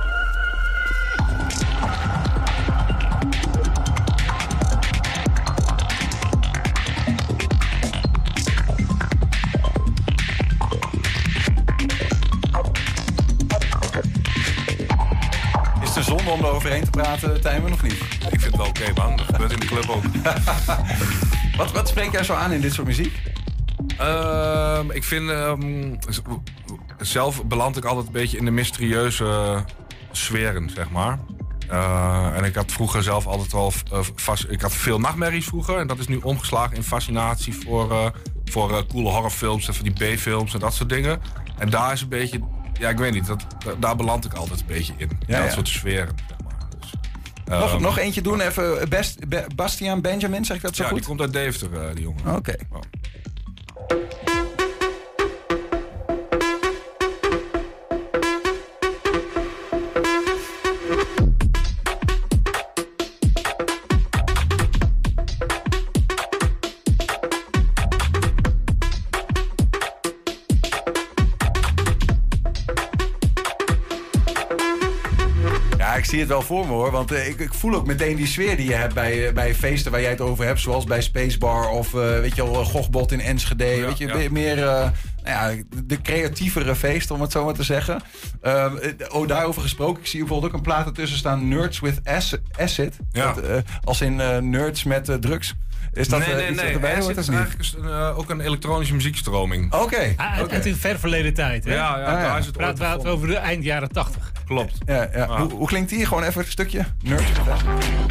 Zonde om er overheen te praten, Tijmen, of niet? Ik vind het wel oké, okay, man. Dat gebeurt in de club ook. wat, wat spreekt jij zo aan in dit soort muziek? Uh, ik vind... Um, zelf beland ik altijd een beetje in de mysterieuze sferen, zeg maar. Uh, en ik had vroeger zelf altijd wel... Uh, vast, ik had veel nachtmerries vroeger. En dat is nu omgeslagen in fascinatie voor, uh, voor uh, coole horrorfilms en voor die B-films en dat soort dingen. En daar is een beetje... Ja, ik weet niet. Dat, daar beland ik altijd een beetje in. Ja, dat ja. soort sferen. Zeg maar. Dus, nog, um, nog eentje doen. Even Best, Be, Bastiaan Benjamin, zeg ik dat zo ja, goed? Ja, die komt uit Deventer, uh, die jongen. Oké. Okay. Oh. Ik zie het wel voor me hoor, want uh, ik, ik voel ook meteen die sfeer die je hebt bij, uh, bij feesten waar jij het over hebt, zoals bij Spacebar of uh, weet je wel, Gochbot in Enschede. Ja, weet je, ja. meer uh, ja, de creatievere feest, om het zo maar te zeggen. Uh, oh, daarover gesproken, ik zie bijvoorbeeld ook een plaat ertussen staan, Nerds with Acid. acid. Ja. Dat, uh, als in uh, nerds met uh, drugs. Is dat nee, uh, nee, iets nee. erbij hoort, Acid of is niet? eigenlijk uh, ook een elektronische muziekstroming. Oké. Okay. Ah, okay. uit een ver verleden tijd, hè? Ja, ja, ah, ja. daar is het ooit Praten we over de eind jaren tachtig. Klopt. Ja, ja. Ah. Hoe, hoe klinkt die? Gewoon even een stukje. Nerds with Acid.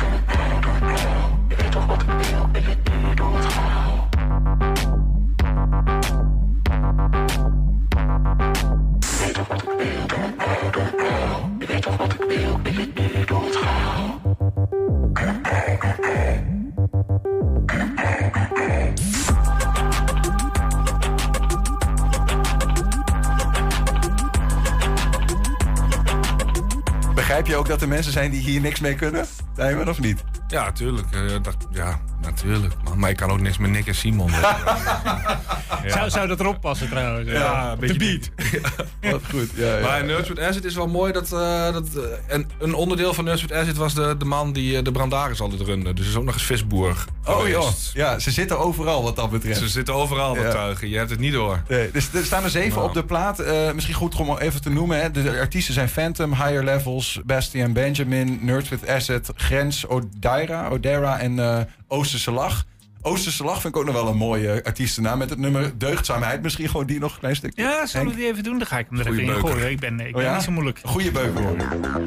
Begrijp je ook dat er mensen zijn die hier niks mee kunnen? Dijmen, of niet? Ja, tuurlijk. Uh, dat, ja, natuurlijk. Maar, maar ik kan ook niks met Nick en Simon. ja. zou, zou dat erop passen trouwens? Ja, ja een beetje de beat. Ja. Wat goed. Ja, ja. Maar Nerds with Acid is wel mooi. Dat, uh, dat, uh, en een onderdeel van Nerds with Acid was de, de man die uh, de Brandaris altijd runde. Dus is ook nog eens visboer. Oh joh. Ja, ze zitten overal wat dat betreft. Ze zitten overal, wat ja. tuigen. Je hebt het niet door. Nee, dus er staan er zeven nou. op de plaat. Uh, misschien goed om even te noemen. Hè. De artiesten zijn Phantom, Higher Levels, Bastian Benjamin, Nerds with Acid, Grens, Odaira, Odera en uh, Oosterse Lach. Oosterse Lach vind ik ook nog wel een mooie artiestennaam met het nummer Deugdzaamheid. Misschien gewoon die nog een klein stukje. Ja, zullen we die even doen? Dan ga ik hem er Goeie even in gooien. Ik ben, ik ben oh ja? niet zo moeilijk. Goeie beuker hoor.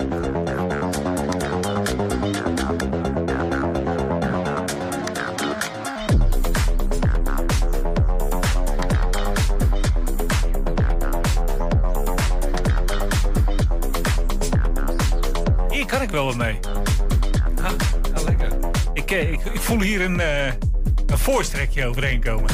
Hier kan ik wel wat mee. Ah, ja, lekker. Ik, ik, ik voel hier een, uh, een voorstrekje overheen komen.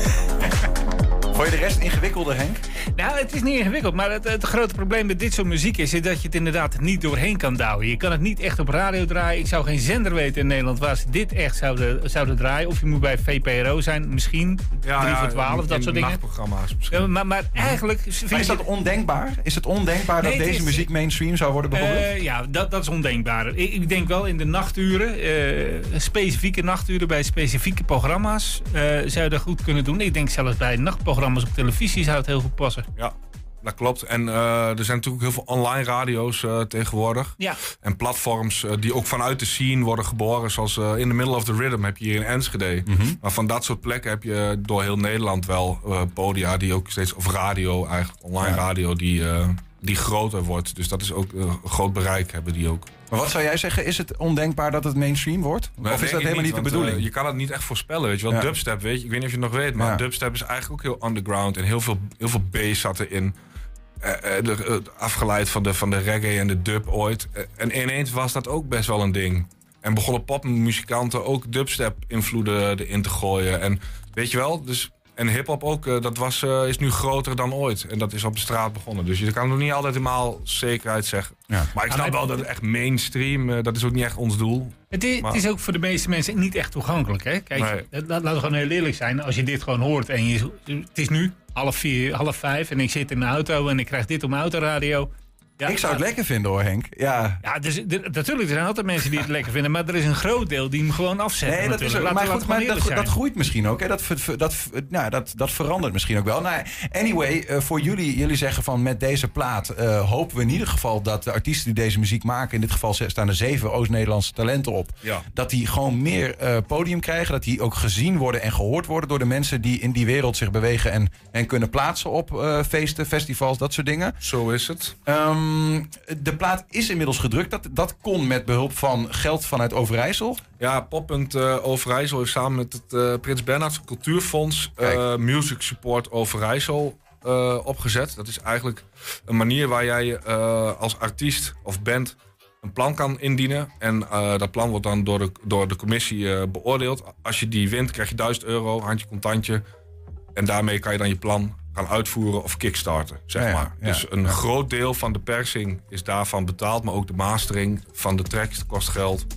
Vond je de rest ingewikkelder, Henk? Nou, het is niet ingewikkeld. Maar het, het grote probleem met dit soort muziek is, is dat je het inderdaad niet doorheen kan douwen. Je kan het niet echt op radio draaien. Ik zou geen zender weten in Nederland waar ze dit echt zouden, zouden draaien. Of je moet bij V P R O zijn, misschien. Ja, drie ja, voor twaalf, in, dat in soort dingen. nachtprogramma's misschien. Ja, maar, maar eigenlijk... Maar is dat ondenkbaar? Is het ondenkbaar nee, dat deze is, muziek mainstream zou worden bijvoorbeeld? Uh, ja, dat, dat is ondenkbaar. Ik, ik denk wel in de nachturen, uh, specifieke nachturen bij specifieke programma's, uh, zou je dat goed kunnen doen. Ik denk zelfs bij nachtprogramma's op televisie zou het heel goed passen. Ja, dat klopt. En uh, er zijn natuurlijk heel veel online radio's uh, tegenwoordig. Ja. En platforms uh, die ook vanuit de scene worden geboren. Zoals uh, In the Middle of the Rhythm heb je hier in Enschede. Mm-hmm. Maar van dat soort plekken heb je door heel Nederland wel uh, podia die ook steeds... Of radio eigenlijk, online ja. radio die, uh, die groter wordt. Dus dat is ook uh, een groot bereik hebben die ook. Maar wat zou jij zeggen? Is het ondenkbaar dat het mainstream wordt? Nee, of is dat helemaal niet, niet de bedoeling? Uh, je kan het niet echt voorspellen, weet je wel. Ja. Dubstep, weet je, ik weet niet of je het nog weet, maar ja. dubstep is eigenlijk ook heel underground. En heel veel, heel veel bass zat erin. Uh, uh, uh, afgeleid van de, van de reggae en de dub ooit. Uh, en ineens was dat ook best wel een ding. En begonnen popmuzikanten ook dubstep-invloeden erin te gooien. En weet je wel, dus... En hiphop ook, uh, dat was, uh, is nu groter dan ooit. En dat is op de straat begonnen. Dus je kan nog niet altijd helemaal zekerheid zeggen. Ja. Maar ik snap wel dat het echt mainstream, uh, dat is ook niet echt ons doel. Het is, het is ook voor de meeste mensen niet echt toegankelijk. Hè? Kijk, nee. Laten we gewoon heel eerlijk zijn. Als je dit gewoon hoort en je, het is nu half vier, half vijf en ik zit in de auto en ik krijg dit op mijn autoradio. Ja, ik zou het lekker vinden hoor, Henk. Ja, ja dus, de, natuurlijk, er zijn altijd mensen die het lekker vinden. Maar er is een groot deel die hem gewoon afzetten. Nee, dat is ook, laat, maar, goed, maar dat, dat groeit misschien ook. Hè. Dat, dat, nou, dat, dat verandert misschien ook wel. Nou, anyway, uh, voor jullie, jullie zeggen van met deze plaat uh, hopen we in ieder geval dat de artiesten die deze muziek maken, in dit geval staan er zeven Oost-Nederlandse talenten op, ja. dat die gewoon meer uh, podium krijgen. Dat die ook gezien worden en gehoord worden door de mensen die in die wereld zich bewegen en, en kunnen plaatsen op uh, feesten, festivals, dat soort dingen. Zo is het. Um, De plaat is inmiddels gedrukt. Dat, dat kon met behulp van geld vanuit Overijssel. Ja, Poppunt uh, Overijssel heeft samen met het uh, Prins Bernhardse Cultuurfonds uh, Music Support Overijssel uh, opgezet. Dat is eigenlijk een manier waar jij uh, als artiest of band een plan kan indienen. En uh, dat plan wordt dan door de, door de commissie uh, beoordeeld. Als je die wint, krijg je duizend euro, handje contantje. En daarmee kan je dan je plan gaan uitvoeren of kickstarten, zeg ja, maar. Ja, dus een ja. groot deel van de persing is daarvan betaald, maar ook de mastering van de tracks kost geld.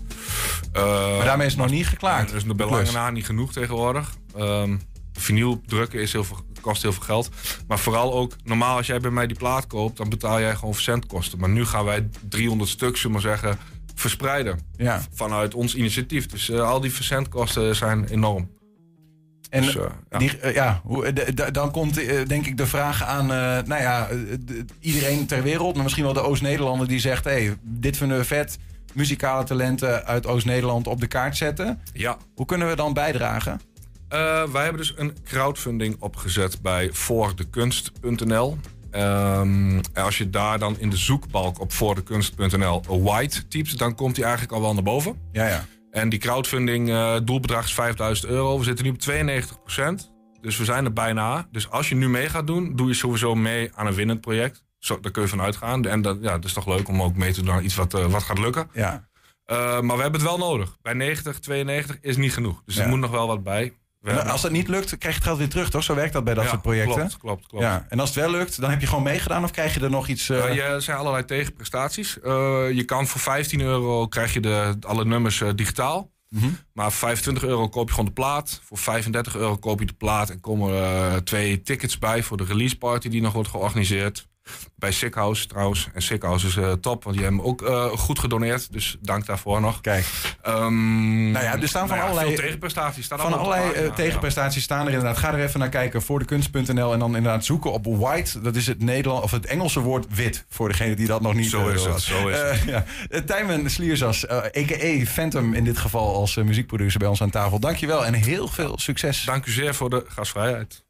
Uh, maar daarmee is het nog niet geklaard. Dat is nog bij lange na niet genoeg tegenwoordig. Um, vinyl drukken is heel veel, kost heel veel geld. Maar vooral ook, normaal als jij bij mij die plaat koopt, dan betaal jij gewoon verzendkosten. Maar nu gaan wij driehonderd stuks, zullen we maar zeggen, verspreiden. Ja. Vanuit ons initiatief. Dus uh, al die verzendkosten zijn enorm. En Dus, uh, ja. die, uh, ja, hoe, de, de, dan komt uh, denk ik de vraag aan uh, nou ja, de, iedereen ter wereld, maar misschien wel de Oost-Nederlander die zegt, hey, dit vinden we vet, muzikale talenten uit Oost-Nederland op de kaart zetten. Ja. Hoe kunnen we dan bijdragen? Uh, wij hebben dus een crowdfunding opgezet bij voordekunst punt n l. Um, en als je daar dan in de zoekbalk op voordekunst punt n l white typt, dan komt hij eigenlijk al wel naar boven. Ja, ja. En die crowdfunding uh, doelbedrag is vijfduizend euro. We zitten nu op tweeënnegentig procent. Dus we zijn er bijna. Dus als je nu mee gaat doen, doe je sowieso mee aan een winnend project. Zo, daar kun je van uitgaan. En dat, ja, dat is toch leuk om ook mee te doen aan iets wat, uh, wat gaat lukken. Ja. Uh, maar we hebben het wel nodig. Bij negentig, tweeënnegentig is niet genoeg. Dus ja. er moet nog wel wat bij. En als dat niet lukt, krijg je het geld weer terug, toch? Zo werkt dat bij dat ja, soort projecten. Klopt, klopt, klopt. Ja. En als het wel lukt, dan heb je gewoon meegedaan of krijg je er nog iets... Uh... Uh, ja, er zijn allerlei tegenprestaties. Uh, je kan voor vijftien euro krijg je de, alle nummers uh, digitaal. Mm-hmm. Maar voor vijfentwintig euro koop je gewoon de plaat. Voor vijfendertig euro koop je de plaat en komen er uh, twee tickets bij voor de release party die nog wordt georganiseerd. Bij Sick House trouwens. En Sick House is uh, top, want die hebben ook uh, goed gedoneerd. Dus dank daarvoor nog. Kijk. Um, nou ja, er staan van nou ja, allerlei veel tegenprestaties. Staan van allerlei uh, tegenprestaties ja. staan er inderdaad. Ga er even naar kijken. voordekunst punt n l en dan inderdaad zoeken op white. Dat is het Nederland of het Engelse woord wit. Voor degene die dat nog niet zo is. Het, zo is uh, het. Ja. Uh, Tijmen Sliersas, uh, a k a. Phantom in dit geval als uh, muziekproducer bij ons aan tafel. Dankjewel en heel veel succes. Dank u zeer voor de gastvrijheid.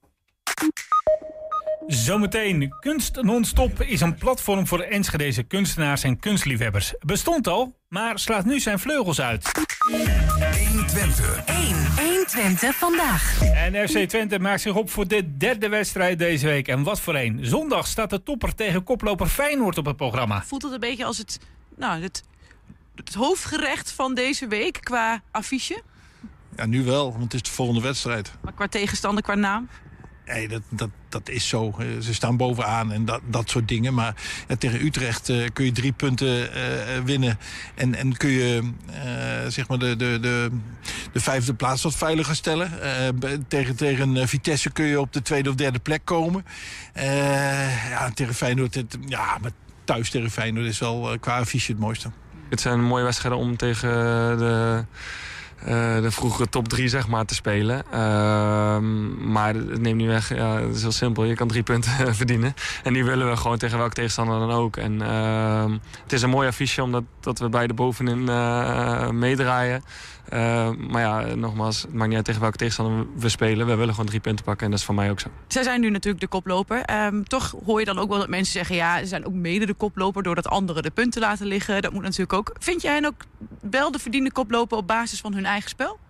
Zometeen, Kunst Non-Stop is een platform voor Enschedese kunstenaars en kunstliefhebbers. Bestond al, maar slaat nu zijn vleugels uit. honderdtwintig. honderdtwintig vandaag. En F C Twente maakt zich op voor de derde wedstrijd deze week. En wat voor een. Zondag staat de topper tegen koploper Feyenoord op het programma. Voelt het een beetje als het, nou, het, het hoofdgerecht van deze week qua affiche? Ja, nu wel, want het is de volgende wedstrijd. Maar qua tegenstander, qua naam? Nee, dat, dat, dat is zo. Ze staan bovenaan en dat, dat soort dingen. Maar ja, tegen Utrecht uh, kun je drie punten uh, winnen. En, en kun je uh, zeg maar de, de, de, de vijfde plaats wat veiliger stellen. Uh, tegen, tegen Vitesse kun je op de tweede of derde plek komen. Uh, ja, tegen Feyenoord, het, ja, maar thuis tegen Feyenoord is wel uh, qua affiche het mooiste. Het zijn mooie wedstrijden om tegen de... Uh, de vroegere top drie zeg maar te spelen. Uh, maar het neemt niet weg, ja, het is heel simpel. Je kan drie punten verdienen. En die willen we gewoon tegen welke tegenstander dan ook. En uh, het is een mooi affiche omdat dat we beide bovenin uh, meedraaien. Uh, maar ja, nogmaals, het maakt niet uit tegen welke tegenstander we spelen. We willen gewoon drie punten pakken en dat is voor mij ook zo. Zij zijn nu natuurlijk de koploper. Um, toch hoor je dan ook wel dat mensen zeggen... ja, ze zijn ook mede de koploper doordat anderen de punten laten liggen. Dat moet natuurlijk ook. Vind jij hen ook wel de verdiende koploper op basis van hun eigen spel?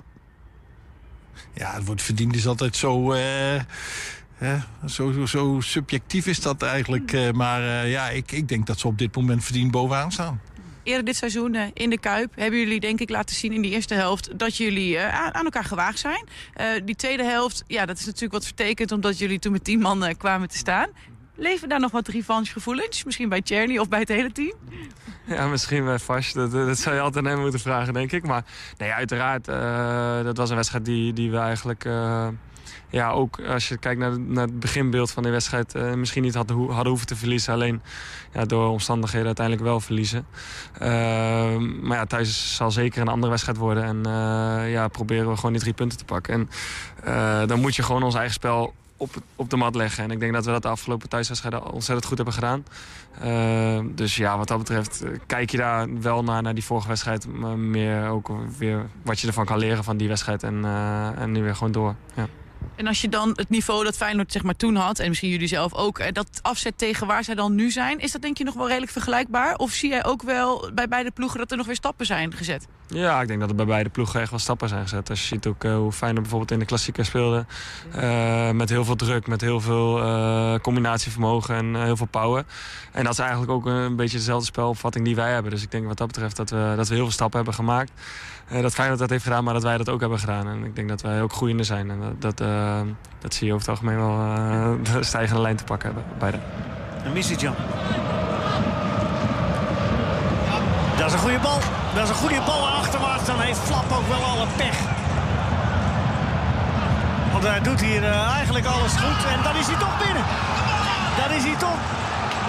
Ja, het wordt verdiend is altijd zo... Uh... Ja, zo, zo, zo subjectief is dat eigenlijk. Uh, maar uh, ja, ik, ik denk dat ze op dit moment verdiend bovenaan staan. Eerder dit seizoen uh, in de Kuip hebben jullie denk ik laten zien in die eerste helft... dat jullie uh, aan, aan elkaar gewaagd zijn. Uh, die tweede helft, ja, dat is natuurlijk wat vertekend... omdat jullie toen met tien man uh, kwamen te staan. Leven daar nog wat revanchegevoelens? Misschien bij Tjerni of bij het hele team? Ja, misschien bij Vash. Dat, dat zou je altijd hem moeten vragen, denk ik. Maar nee, uiteraard, uh, dat was een wedstrijd die, die we eigenlijk... Uh, Ja, ook als je kijkt naar, naar het beginbeeld van die wedstrijd... Uh, misschien niet hadden, hadden hoeven te verliezen. Alleen ja, door omstandigheden uiteindelijk wel verliezen. Uh, maar ja, thuis zal zeker een andere wedstrijd worden. En uh, ja, proberen we gewoon die drie punten te pakken. En uh, dan moet je gewoon ons eigen spel op, op de mat leggen. En ik denk dat we dat de afgelopen thuiswedstrijden ontzettend goed hebben gedaan. Uh, dus ja, wat dat betreft uh, kijk je daar wel naar, naar die vorige wedstrijd. Maar meer ook weer wat je ervan kan leren van die wedstrijd. En, uh, en nu weer gewoon door, ja. En als je dan het niveau dat Feyenoord zeg maar toen had... en misschien jullie zelf ook, dat afzet tegen waar zij dan nu zijn... is dat denk je nog wel redelijk vergelijkbaar? Of zie jij ook wel bij beide ploegen dat er nog weer stappen zijn gezet? Ja, ik denk dat er bij beide ploegen echt wel stappen zijn gezet. Als je ziet ook uh, hoe Feyenoord bijvoorbeeld in de klassieker speelde... Uh, met heel veel druk, met heel veel uh, combinatievermogen en uh, heel veel power. En dat is eigenlijk ook een beetje dezelfde spelopvatting die wij hebben. Dus ik denk wat dat betreft dat we, dat we heel veel stappen hebben gemaakt... Uh, dat Feyenoord dat heeft gedaan, maar dat wij dat ook hebben gedaan. En ik denk dat wij ook groeiende zijn. En dat, dat, uh, dat zie je over het algemeen wel uh, de stijgende lijn te pakken hebben, beide. En Misitjan. Dat is een goede bal. Dat is een goede bal achterwaarts. Dan heeft Flap ook wel alle pech. Want hij doet hier uh, eigenlijk alles goed. En dan is hij toch binnen. Dan is hij toch.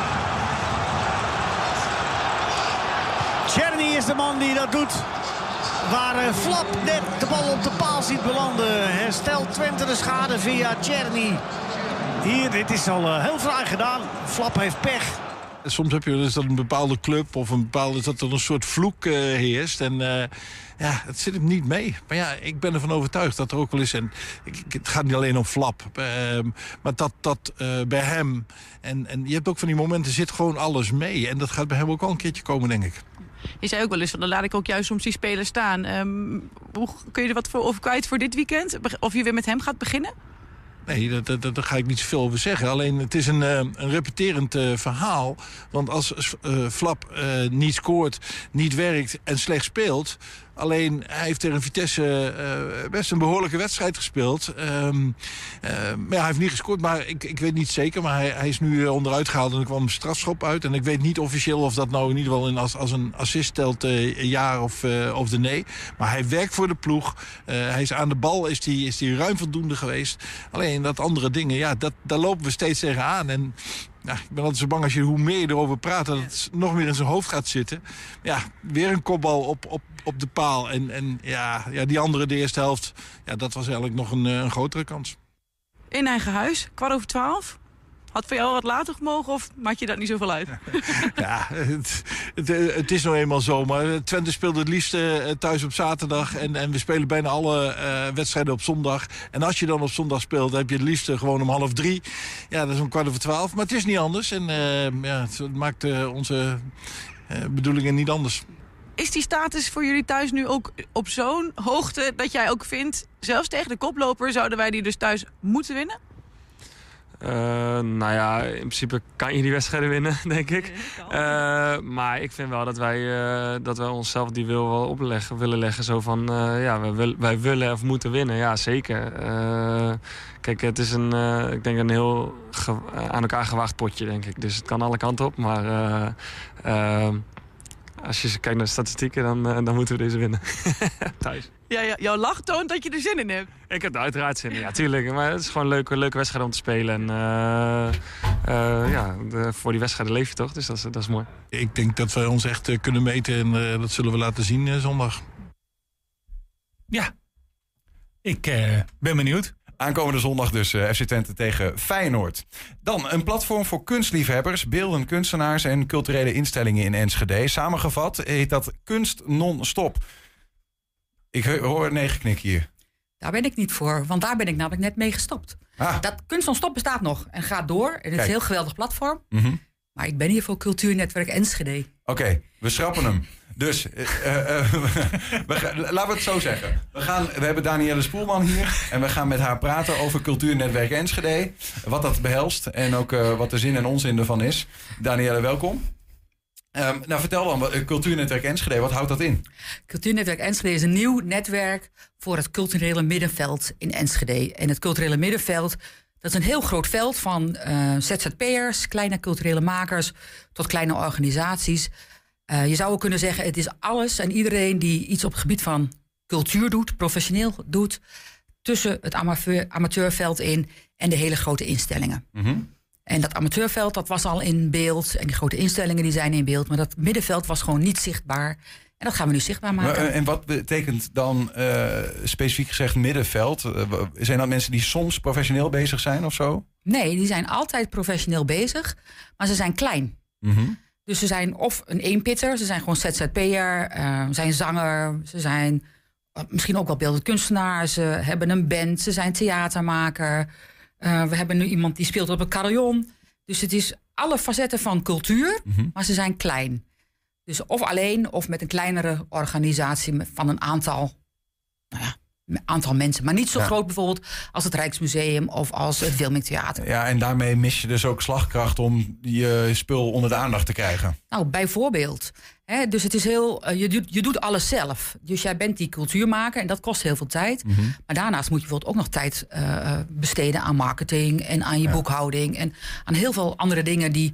Tjerni is de man die dat doet. Waar uh, Flap net de bal op de paal ziet belanden. Herstelt Twente de schade via Tjerni. Hier, dit is al uh, heel fraai gedaan. Flap heeft pech. Soms heb je dus dat een bepaalde club of een bepaalde, dat er een soort vloek uh, heerst. En uh, ja, het zit hem niet mee. Maar ja, ik ben ervan overtuigd dat er ook wel is. En ik, het gaat niet alleen om Flap. Uh, maar dat, dat uh, bij hem. En, en je hebt ook van die momenten, zit gewoon alles mee. En dat gaat bij hem ook al een keertje komen, denk ik. Je zei ook wel eens, dan laat ik ook juist soms die spelers staan. Um, hoe, kun je er wat voor over kwijt voor dit weekend? Of je weer met hem gaat beginnen? Nee, daar, daar, daar ga ik niet zoveel over zeggen. Alleen het is een, uh, een repeterend uh, verhaal. Want als uh, Flap uh, niet scoort, niet werkt en slecht speelt... Alleen, hij heeft tegen Vitesse uh, best een behoorlijke wedstrijd gespeeld. Um, uh, maar ja, hij heeft niet gescoord, maar ik, ik weet niet zeker. Maar hij, hij is nu uh, onderuit gehaald en er kwam een strafschop uit. En ik weet niet officieel of dat nou in ieder geval in als, als een assist telt, uh, ja of, uh, of de nee. Maar hij werkt voor de ploeg. Uh, hij is aan de bal, is die, is die ruim voldoende geweest. Alleen dat andere dingen, ja, dat, daar lopen we steeds tegenaan. En ja, ik ben altijd zo bang als je hoe meer je erover praat, dat het nog meer in zijn hoofd gaat zitten. Ja, weer een kopbal op, op, op de paal. En, en ja, ja, die andere, de eerste helft, ja, dat was eigenlijk nog een, een grotere kans. In eigen huis, kwart over twaalf. Had voor jou wat later gemogen of maakt je dat niet zoveel uit? Ja, het, het, het is nou eenmaal zo. Maar Twente speelde het liefst uh, thuis op zaterdag. En, en we spelen bijna alle uh, wedstrijden op zondag. En als je dan op zondag speelt, dan heb je het liefst gewoon om half drie. Ja, dat is om kwart over twaalf. Maar het is niet anders. En uh, ja, het maakt uh, onze uh, bedoelingen niet anders. Is die status voor jullie thuis nu ook op zo'n hoogte dat jij ook vindt, zelfs tegen de koploper zouden wij die dus thuis moeten winnen? Uh, nou ja, in principe kan je die wedstrijden winnen, denk ik. Uh, maar ik vind wel dat wij, uh, dat wij onszelf die wil wel opleggen, willen leggen. Zo van, uh, ja, wij, wil, wij willen of moeten winnen. Ja, zeker. Uh, kijk, het is een, uh, ik denk een heel ge, uh, aan elkaar gewaagd potje, denk ik. Dus het kan alle kanten op. Maar uh, uh, als je kijkt naar de statistieken, dan, uh, dan moeten we deze winnen. Thuis. Ja, ja, jouw lach toont dat je er zin in hebt. Ik heb er uiteraard zin in, ja, tuurlijk. Maar het is gewoon een leuke, leuke wedstrijd om te spelen. En uh, uh, ja, de, voor die wedstrijden leef je toch, dus dat is, dat is mooi. Ik denk dat we ons echt uh, kunnen meten en uh, dat zullen we laten zien uh, zondag. Ja, ik uh, ben benieuwd. Aankomende zondag dus uh, F C Twente tegen Feyenoord. Dan een platform voor kunstliefhebbers, beeldend kunstenaars en culturele instellingen in Enschede. Samengevat heet dat Kunst Non-Stop. Ik hoor nee geknik hier. Daar ben ik niet voor, want daar ben ik namelijk net mee gestopt. Ah. Dat Kunst Non-Stop bestaat nog en gaat door. En het is een heel geweldig platform. Mm-hmm. Maar ik ben hier voor Cultuurnetwerk Enschede. Oké, okay, we schrappen hem. Dus, uh, uh, we gaan, laten we het zo zeggen. We, gaan, we hebben Danielle Spoelman hier. En we gaan met haar praten over Cultuurnetwerk Enschede. Wat dat behelst en ook uh, wat de zin en onzin ervan is. Danielle, welkom. Um, nou, vertel dan, Cultuurnetwerk Enschede, wat houdt dat in? Cultuurnetwerk Enschede is een nieuw netwerk voor het culturele middenveld in Enschede. En het culturele middenveld, dat is een heel groot veld van uh, Z Z P'ers, kleine culturele makers tot kleine organisaties. Uh, je zou ook kunnen zeggen, het is alles en iedereen die iets op het gebied van cultuur doet, professioneel doet, tussen het amateur, amateurveld in en de hele grote instellingen. Mm-hmm. En dat amateurveld, dat was al in beeld. En die grote instellingen die zijn in beeld. Maar dat middenveld was gewoon niet zichtbaar. En dat gaan we nu zichtbaar maken. Maar, en wat betekent dan uh, specifiek gezegd middenveld? Uh, zijn dat mensen die soms professioneel bezig zijn of zo? Nee, die zijn altijd professioneel bezig. Maar ze zijn klein. Mm-hmm. Dus ze zijn of een eenpitter. Ze zijn gewoon Z Z P'er. Uh, ze zijn zanger. Ze zijn uh, misschien ook wel beeldend kunstenaar. Ze hebben een band. Ze zijn theatermaker. Uh, we hebben nu iemand die speelt op een carillon. Dus het is alle facetten van cultuur, mm-hmm. maar ze zijn klein. Dus of alleen of met een kleinere organisatie van een aantal, nou ja, een aantal mensen. Maar niet zo ja. groot bijvoorbeeld als het Rijksmuseum of als het Wilming Theater. Ja, en daarmee mis je dus ook slagkracht om je spul onder de aandacht te krijgen. Nou, bijvoorbeeld. He, dus het is heel, uh, je, doet, je doet alles zelf. Dus jij bent die cultuurmaker en dat kost heel veel tijd. Mm-hmm. Maar daarnaast moet je bijvoorbeeld ook nog tijd uh, besteden aan marketing en aan je ja. boekhouding en aan heel veel andere dingen die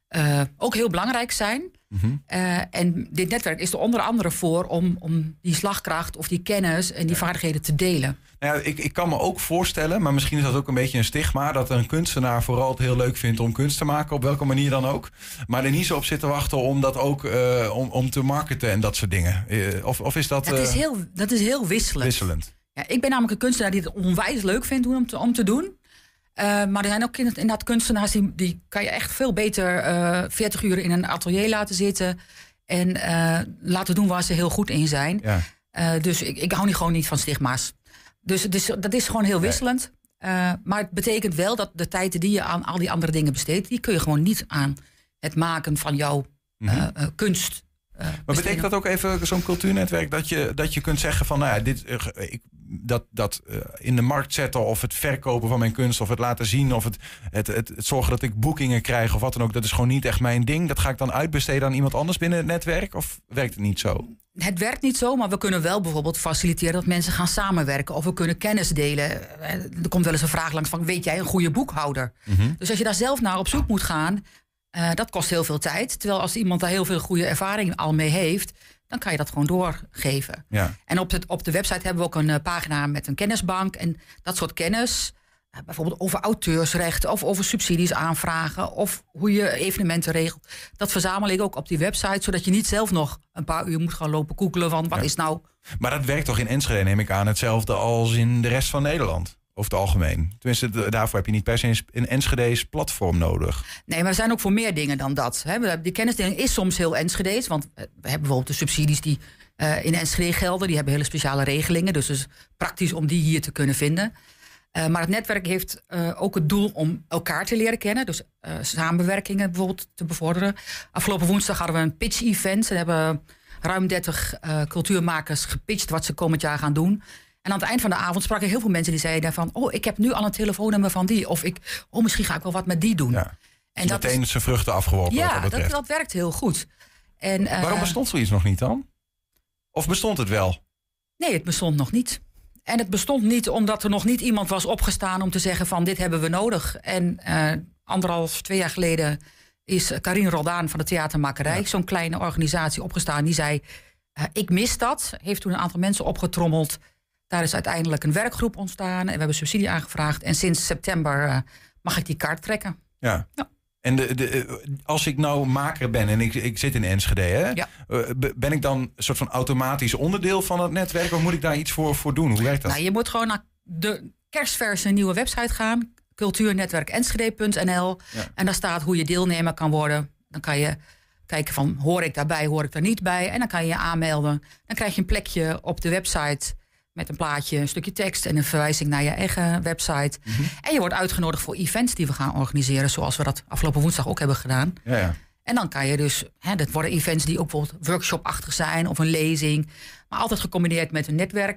uh, ook heel belangrijk zijn. Mm-hmm. Uh, en dit netwerk is er onder andere voor om, om die slagkracht of die kennis en die ja. vaardigheden te delen. Nou ja, ik, ik kan me ook voorstellen, maar misschien is dat ook een beetje een stigma, dat een kunstenaar vooral het heel leuk vindt om kunst te maken, op welke manier dan ook. Maar er niet zo op zit te wachten om dat ook uh, om, om te marketen en dat soort dingen. Uh, of, of is dat... Uh, dat, is heel, dat is heel wisselend. wisselend. Ja, ik ben namelijk een kunstenaar die het onwijs leuk vindt om te, om te doen. Uh, maar er zijn ook inderdaad kunstenaars die, die kan je echt veel beter uh, veertig uur in een atelier laten zitten en uh, laten doen waar ze heel goed in zijn. Ja. Uh, dus ik, ik hou niet gewoon niet van stigma's. Dus, dus dat is gewoon heel wisselend. Uh, maar het betekent wel dat de tijd die je aan al die andere dingen besteedt, die kun je gewoon niet aan het maken van jouw uh, mm-hmm. uh, kunst. Uh, maar betekent dat ook even zo'n cultuurnetwerk dat je, dat je kunt zeggen van nou ja, dit, uh, ik, dat, dat uh, in de markt zetten of het verkopen van mijn kunst of het laten zien of het, het, het, het zorgen dat ik boekingen krijg of wat dan ook, dat is gewoon niet echt mijn ding. Dat ga ik dan uitbesteden aan iemand anders binnen het netwerk of werkt het niet zo? Het werkt niet zo, maar we kunnen wel bijvoorbeeld faciliteren dat mensen gaan samenwerken of we kunnen kennis delen. Er komt wel eens een vraag langs van weet jij een goede boekhouder? Mm-hmm. Dus als je daar zelf naar op zoek moet gaan, Uh, dat kost heel veel tijd. Terwijl als iemand daar heel veel goede ervaring al mee heeft, dan kan je dat gewoon doorgeven. Ja. En op de, op de website hebben we ook een uh, pagina met een kennisbank. En dat soort kennis, uh, bijvoorbeeld over auteursrechten of over subsidies aanvragen of hoe je evenementen regelt, dat verzamel ik ook op die website, zodat je niet zelf nog een paar uur moet gaan lopen googelen van wat ja. is nou. Maar dat werkt toch in Enschede, neem ik aan, hetzelfde als in de rest van Nederland? Over het algemeen. Tenminste, daarvoor heb je niet per se een Enschede's platform nodig. Nee, maar we zijn ook voor meer dingen dan dat. Die kennisdeling is soms heel Enschede's. Want we hebben bijvoorbeeld de subsidies die uh, in Enschede gelden. Die hebben hele speciale regelingen. Dus het is praktisch om die hier te kunnen vinden. Uh, maar het netwerk heeft uh, ook het doel om elkaar te leren kennen. Dus uh, samenwerkingen bijvoorbeeld te bevorderen. Afgelopen woensdag hadden we een pitch-event. Er hebben ruim dertig uh, cultuurmakers gepitcht wat ze komend jaar gaan doen. En aan het eind van de avond spraken heel veel mensen die zeiden van, oh, ik heb nu al een telefoonnummer van die. Of ik, oh, misschien ga ik wel wat met die doen. Ja. En dat meteen is zijn vruchten afgeworpen. Ja, dat, dat, dat werkt heel goed. En, uh, waarom bestond zoiets nog niet dan? Of bestond het wel? Nee, het bestond nog niet. En het bestond niet omdat er nog niet iemand was opgestaan om te zeggen van, dit hebben we nodig. En uh, anderhalf, twee jaar geleden is Karine Roldaan van de Theatermakerij, ja. zo'n kleine organisatie, opgestaan. Die zei, uh, ik mis dat. Heeft toen een aantal mensen opgetrommeld. Daar is uiteindelijk een werkgroep ontstaan. En we hebben subsidie aangevraagd. En sinds september uh, mag ik die kaart trekken. Ja. ja. En de, de, als ik nou maker ben en ik, ik zit in Enschede, hè, ja. ben ik dan een soort van automatisch onderdeel van het netwerk? Of moet ik daar iets voor, voor doen? Hoe werkt dat? Nou, je moet gewoon naar de kerstverse nieuwe website gaan. cultuurnetwerk enschede punt n l. Ja. En daar staat hoe je deelnemer kan worden. Dan kan je kijken van, hoor ik daarbij, hoor ik daar niet bij? En dan kan je je aanmelden. Dan krijg je een plekje op de website met een plaatje, een stukje tekst en een verwijzing naar je eigen website. Mm-hmm. En je wordt uitgenodigd voor events die we gaan organiseren, zoals we dat afgelopen woensdag ook hebben gedaan. Ja, ja. En dan kan je dus, hè, dat worden events die ook bijvoorbeeld workshopachtig zijn of een lezing, maar altijd gecombineerd met een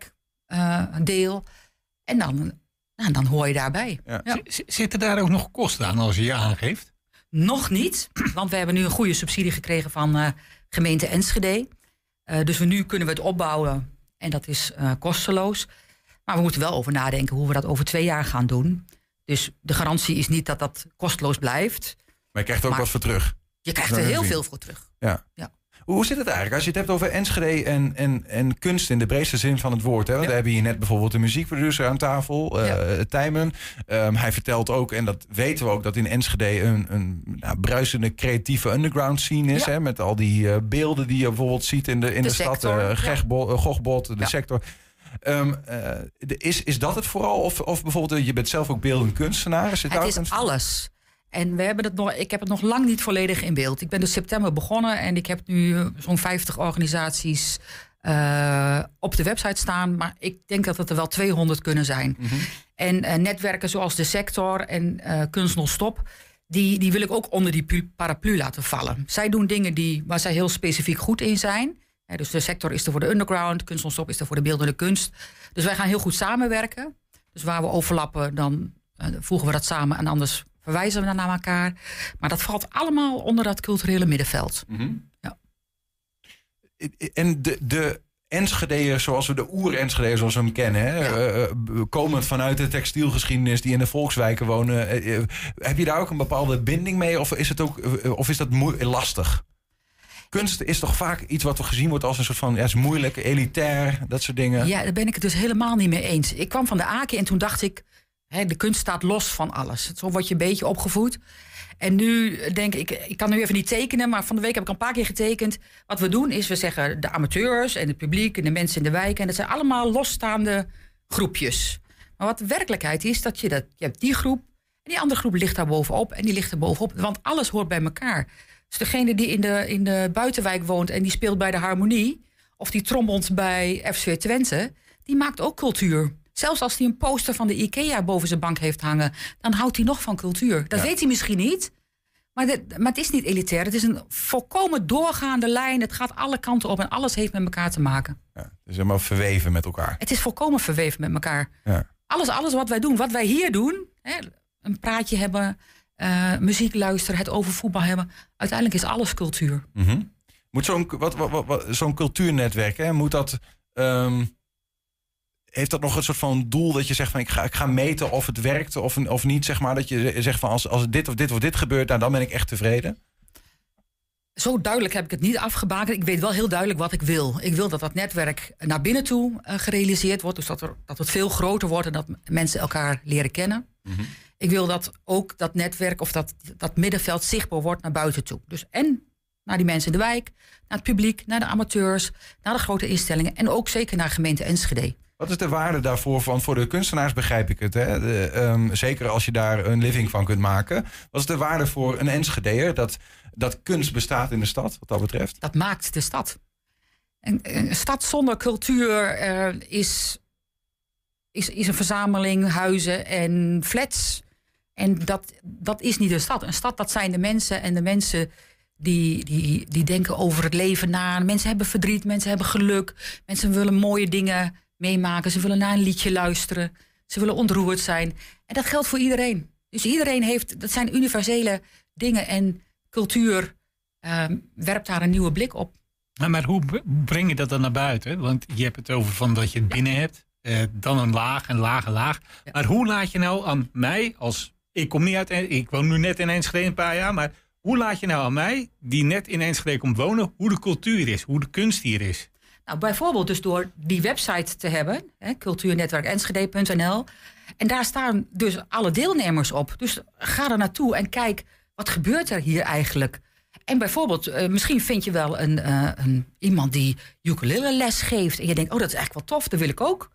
netwerkdeel. Uh, en dan, nou, dan hoor je daarbij. Ja. Ja. Z- zitten daar ook nog kosten aan als je je aangeeft? Nog niet, want we hebben nu een goede subsidie gekregen van uh, gemeente Enschede. Uh, dus we nu kunnen we het opbouwen. En dat is uh, kosteloos. Maar we moeten wel over nadenken hoe we dat over twee jaar gaan doen. Dus de garantie is niet dat dat kosteloos blijft. Maar je krijgt er ook wat voor terug. Je krijgt er heel veel voor terug. Ja. Ja. Hoe zit het eigenlijk? Als je het hebt over Enschede en, en, en kunst in de breedste zin van het woord. Hè? Want ja. We hebben hier net bijvoorbeeld de muziekproducer aan tafel, uh, ja. Tijmen. Um, hij vertelt ook, en dat weten we ook, dat in Enschede een, een nou, bruisende creatieve underground scene is. Ja. Hè? Met al die uh, beelden die je bijvoorbeeld ziet in de, in de, de stad. Uh, Gegbot, uh, Gochbot, de ja. sector. Um, uh, de, is, is dat het vooral? Of, of bijvoorbeeld, je bent zelf ook beeldend kunstenaar? Is het het is een... alles. En we hebben het nog, ik heb het nog lang niet volledig in beeld. Ik ben dus september begonnen en ik heb nu zo'n vijftig organisaties uh, op de website staan. Maar ik denk dat het er wel tweehonderd kunnen zijn. Mm-hmm. En uh, netwerken zoals de sector en uh, Kunst non-stop, die, die wil ik ook onder die paraplu laten vallen. Zij doen dingen die, waar zij heel specifiek goed in zijn. Ja, dus de sector is er voor de underground, Kunst non-stop is er voor de beeldende kunst. Dus wij gaan heel goed samenwerken. Dus waar we overlappen, dan uh, voegen we dat samen en anders verwijzen we dan naar elkaar. Maar dat valt allemaal onder dat culturele middenveld. Mm-hmm. Ja. En de, de Enschedeërs zoals we de oer-Enschedeërs zoals we hem kennen. Hè? Ja. Uh, komend vanuit de textielgeschiedenis die in de volkswijken wonen. Uh, uh, heb je daar ook een bepaalde binding mee? Of is, het ook, uh, of is dat moe- lastig? Kunst is toch vaak iets wat gezien wordt als een soort van... Ja, is moeilijk, elitair, dat soort dingen. Ja, daar ben ik het dus helemaal niet mee eens. Ik kwam van de Aken en toen dacht ik... Hè, de kunst staat los van alles. Zo word je een beetje opgevoed. En nu denk ik, ik kan nu even niet tekenen... maar van de week heb ik al een paar keer getekend. Wat we doen is, we zeggen de amateurs en het publiek... en de mensen in de wijk. En dat zijn allemaal losstaande groepjes. Maar wat de werkelijkheid is, dat je, dat, je hebt die groep... en die andere groep ligt daar bovenop en die ligt er bovenop. Want alles hoort bij elkaar. Dus degene die in de, in de buitenwijk woont en die speelt bij de Harmonie... of die trommelt bij F C Twente, die maakt ook cultuur. Zelfs als hij een poster van de IKEA boven zijn bank heeft hangen... dan houdt hij nog van cultuur. Dat ja. weet hij misschien niet, maar, de, maar het is niet elitair. Het is een volkomen doorgaande lijn. Het gaat alle kanten op en alles heeft met elkaar te maken. Ja, het is helemaal verweven met elkaar. Het is volkomen verweven met elkaar. Ja. Alles, alles wat wij doen, wat wij hier doen... Hè, een praatje hebben... Uh, muziek luisteren, het over voetbal hebben. Uiteindelijk is alles cultuur. Mm-hmm. Moet zo'n, wat, wat, wat, zo'n cultuurnetwerk, hè, moet dat, um, heeft dat nog een soort van doel dat je zegt van ik ga, ik ga meten of het werkt of, of niet, zeg maar, dat je zegt van als, als dit of dit of dit gebeurt, nou, dan ben ik echt tevreden? Zo duidelijk heb ik het niet afgebakend. Ik weet wel heel duidelijk wat ik wil. Ik wil dat dat netwerk naar binnen toe uh, gerealiseerd wordt. Dus dat, er, dat het veel groter wordt en dat mensen elkaar leren kennen. Mm-hmm. Ik wil dat ook dat netwerk of dat, dat middenveld zichtbaar wordt naar buiten toe. Dus en naar die mensen in de wijk, naar het publiek, naar de amateurs, naar de grote instellingen en ook zeker naar gemeente Enschede. Wat is de waarde daarvoor? Want voor de kunstenaars begrijp ik het. Hè? De, um, zeker als je daar een living van kunt maken. Wat is de waarde voor een Enschedeër dat, dat kunst bestaat in de stad, wat dat betreft? Dat maakt de stad. Een, een stad zonder cultuur uh, is, is, is een verzameling huizen en flats. En dat, dat is niet een stad. Een stad, dat zijn de mensen en de mensen die, die, die denken over het leven na. Mensen hebben verdriet, mensen hebben geluk. Mensen willen mooie dingen meemaken. Ze willen naar een liedje luisteren. Ze willen ontroerd zijn. En dat geldt voor iedereen. Dus iedereen heeft, dat zijn universele dingen. En cultuur uh, werpt daar een nieuwe blik op. Maar, maar hoe breng je dat dan naar buiten? Want je hebt het over van dat je het binnen hebt. Uh, dan een laag, een laag, een laag. Ja. Maar hoe laat je nou aan mij als... Ik kom niet uit, ik woon nu net in Enschede een paar jaar, maar hoe laat je nou aan mij, die net in Enschede komt wonen, hoe de cultuur is, hoe de kunst hier is? Nou, bijvoorbeeld dus door die website te hebben, hè, cultuurnetwerk enschede punt n l. En daar staan dus alle deelnemers op. Dus ga er naartoe en kijk, wat gebeurt er hier eigenlijk? En bijvoorbeeld, uh, misschien vind je wel een, uh, een, iemand die ukulele les geeft. En je denkt, oh, dat is eigenlijk wel tof, dat wil ik ook.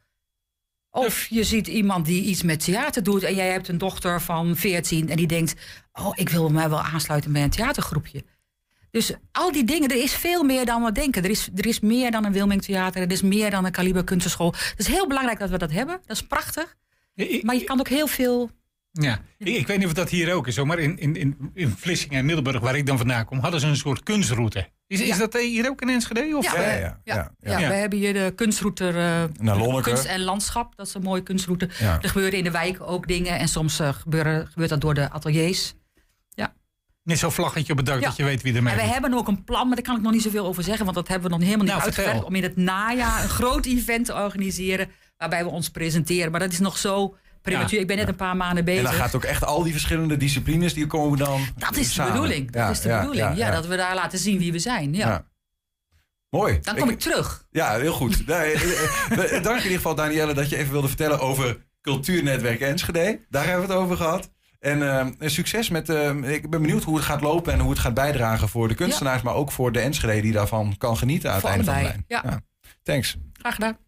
Of je ziet iemand die iets met theater doet en jij hebt een dochter van veertien en die denkt, oh, ik wil mij wel aansluiten bij een theatergroepje. Dus al die dingen, er is veel meer dan we denken. Er is, er is meer dan een Wilming Theater, er is meer dan een Kaliber Kunstenschool. Het is heel belangrijk dat we dat hebben, dat is prachtig. Maar je kan ook heel veel... Ja, ik weet niet of dat hier ook is, zo, maar in, in, in Vlissingen en Middelburg, waar ik dan vandaan kom, hadden ze een soort kunstroute. Is, is ja. dat hier ook in Enschede? Of? Ja, ja, ja, ja, ja, ja. ja, we hebben hier de kunstroute uh, naar Lonneke. Kunst en Landschap, dat is een mooie kunstroute. Ja. Er gebeuren in de wijk ook dingen en soms uh, gebeuren, gebeurt dat door de ateliers. Ja. Net zo'n vlaggetje op het dak, ja. dat je weet wie ermee is. En we hebben ook een plan, maar daar kan ik nog niet zoveel over zeggen, want dat hebben we nog helemaal niet nou, uitgewerkt, om in het najaar een groot event te organiseren, waarbij we ons presenteren. Maar dat is nog zo... Ja, ik ben net een paar maanden bezig. En dan gaat ook echt al die verschillende disciplines die komen dan Dat is samen. de bedoeling. Dat ja, is de ja, bedoeling. Ja, ja, ja, dat we daar laten zien wie we zijn. Ja. Ja. Mooi. Dan kom ik, ik terug. Ja, heel goed. Nee, dank in ieder geval, Danielle, dat je even wilde vertellen over Cultuurnetwerk Enschede. Daar hebben we het over gehad. En uh, succes met... Uh, ik ben benieuwd hoe het gaat lopen en hoe het gaat bijdragen voor de kunstenaars, ja. maar ook voor de Enschede die daarvan kan genieten aan het einde van de lijn. Ja. Ja. Thanks. Graag gedaan.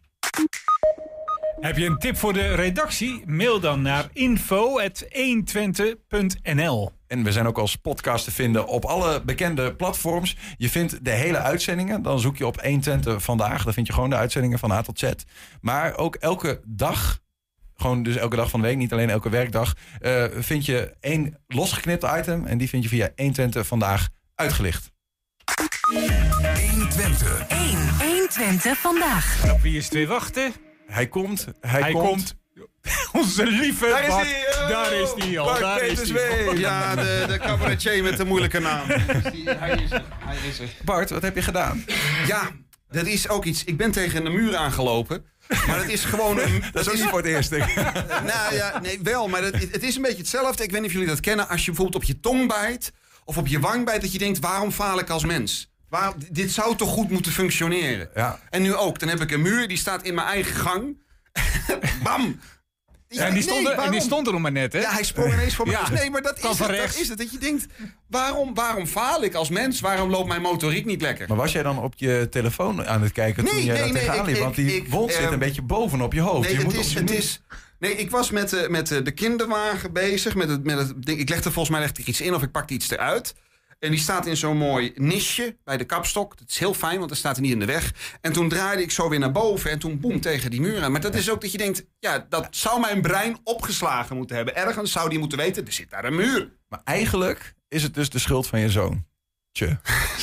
Heb je een tip voor de redactie? Mail dan naar info at honderdtwintig punt n l. En we zijn ook als podcast te vinden op alle bekende platforms. Je vindt de hele uitzendingen. Dan zoek je op honderdtwintig vandaag. Dan vind je gewoon de uitzendingen van A tot Z. Maar ook elke dag, gewoon dus elke dag van de week, niet alleen elke werkdag, uh, vind je één losgeknipt item. En die vind je via honderdtwintig vandaag uitgelicht. honderdtwintig. honderdtwintig vandaag. En op wie is het weer wachten? Hij komt, hij, hij komt. komt. Onze lieve daar Bart, is hij, oh, daar is hij al. Bart daar is hij. Ja, de, de cabaretier met de moeilijke naam. Hij is er, hij is er. Bart, wat heb je gedaan? Ja, dat is ook iets... Ik ben tegen een muur aangelopen. Maar het is gewoon... Een, dat is ook niet voor het eerst. Nou ja, nee, wel. Maar het, het is een beetje hetzelfde. Ik weet niet of jullie dat kennen. Als je bijvoorbeeld op je tong bijt... of op je wang bijt, dat je denkt... waarom faal ik als mens? Waar, dit zou toch goed moeten functioneren? Ja. En nu ook. Dan heb ik een muur, die staat in mijn eigen gang. Bam! Ja, en, die stond er, nee, en die stond er nog maar net, hè? Ja, hij sprong ineens voor me. Ja. Dus nee, maar dat is, het, dat is het. Dat je denkt, waarom, waarom faal ik als mens? Waarom loopt mijn motoriek niet lekker? Maar was jij dan op je telefoon aan het kijken toen Nee, jij nee, daar nee, tegenaan ik- liep? Want ik- die ik, wond zit ehm, een beetje bovenop je hoofd. Nee, je het moet is, op je het nu- is, nee, ik was met, de, met de, de kinderwagen bezig. Met het, met het ding. Ik legde volgens mij legde ik iets in of ik pakte iets eruit. En die staat in zo'n mooi nisje bij de kapstok. Dat is heel fijn, want dan staat hij niet in de weg. En toen draaide ik zo weer naar boven en toen boem tegen die muur aan. Maar dat is ook dat je denkt, ja, dat zou mijn brein opgeslagen moeten hebben. Ergens zou die moeten weten, er zit daar een muur. Maar eigenlijk is het dus de schuld van je zoon. Tje.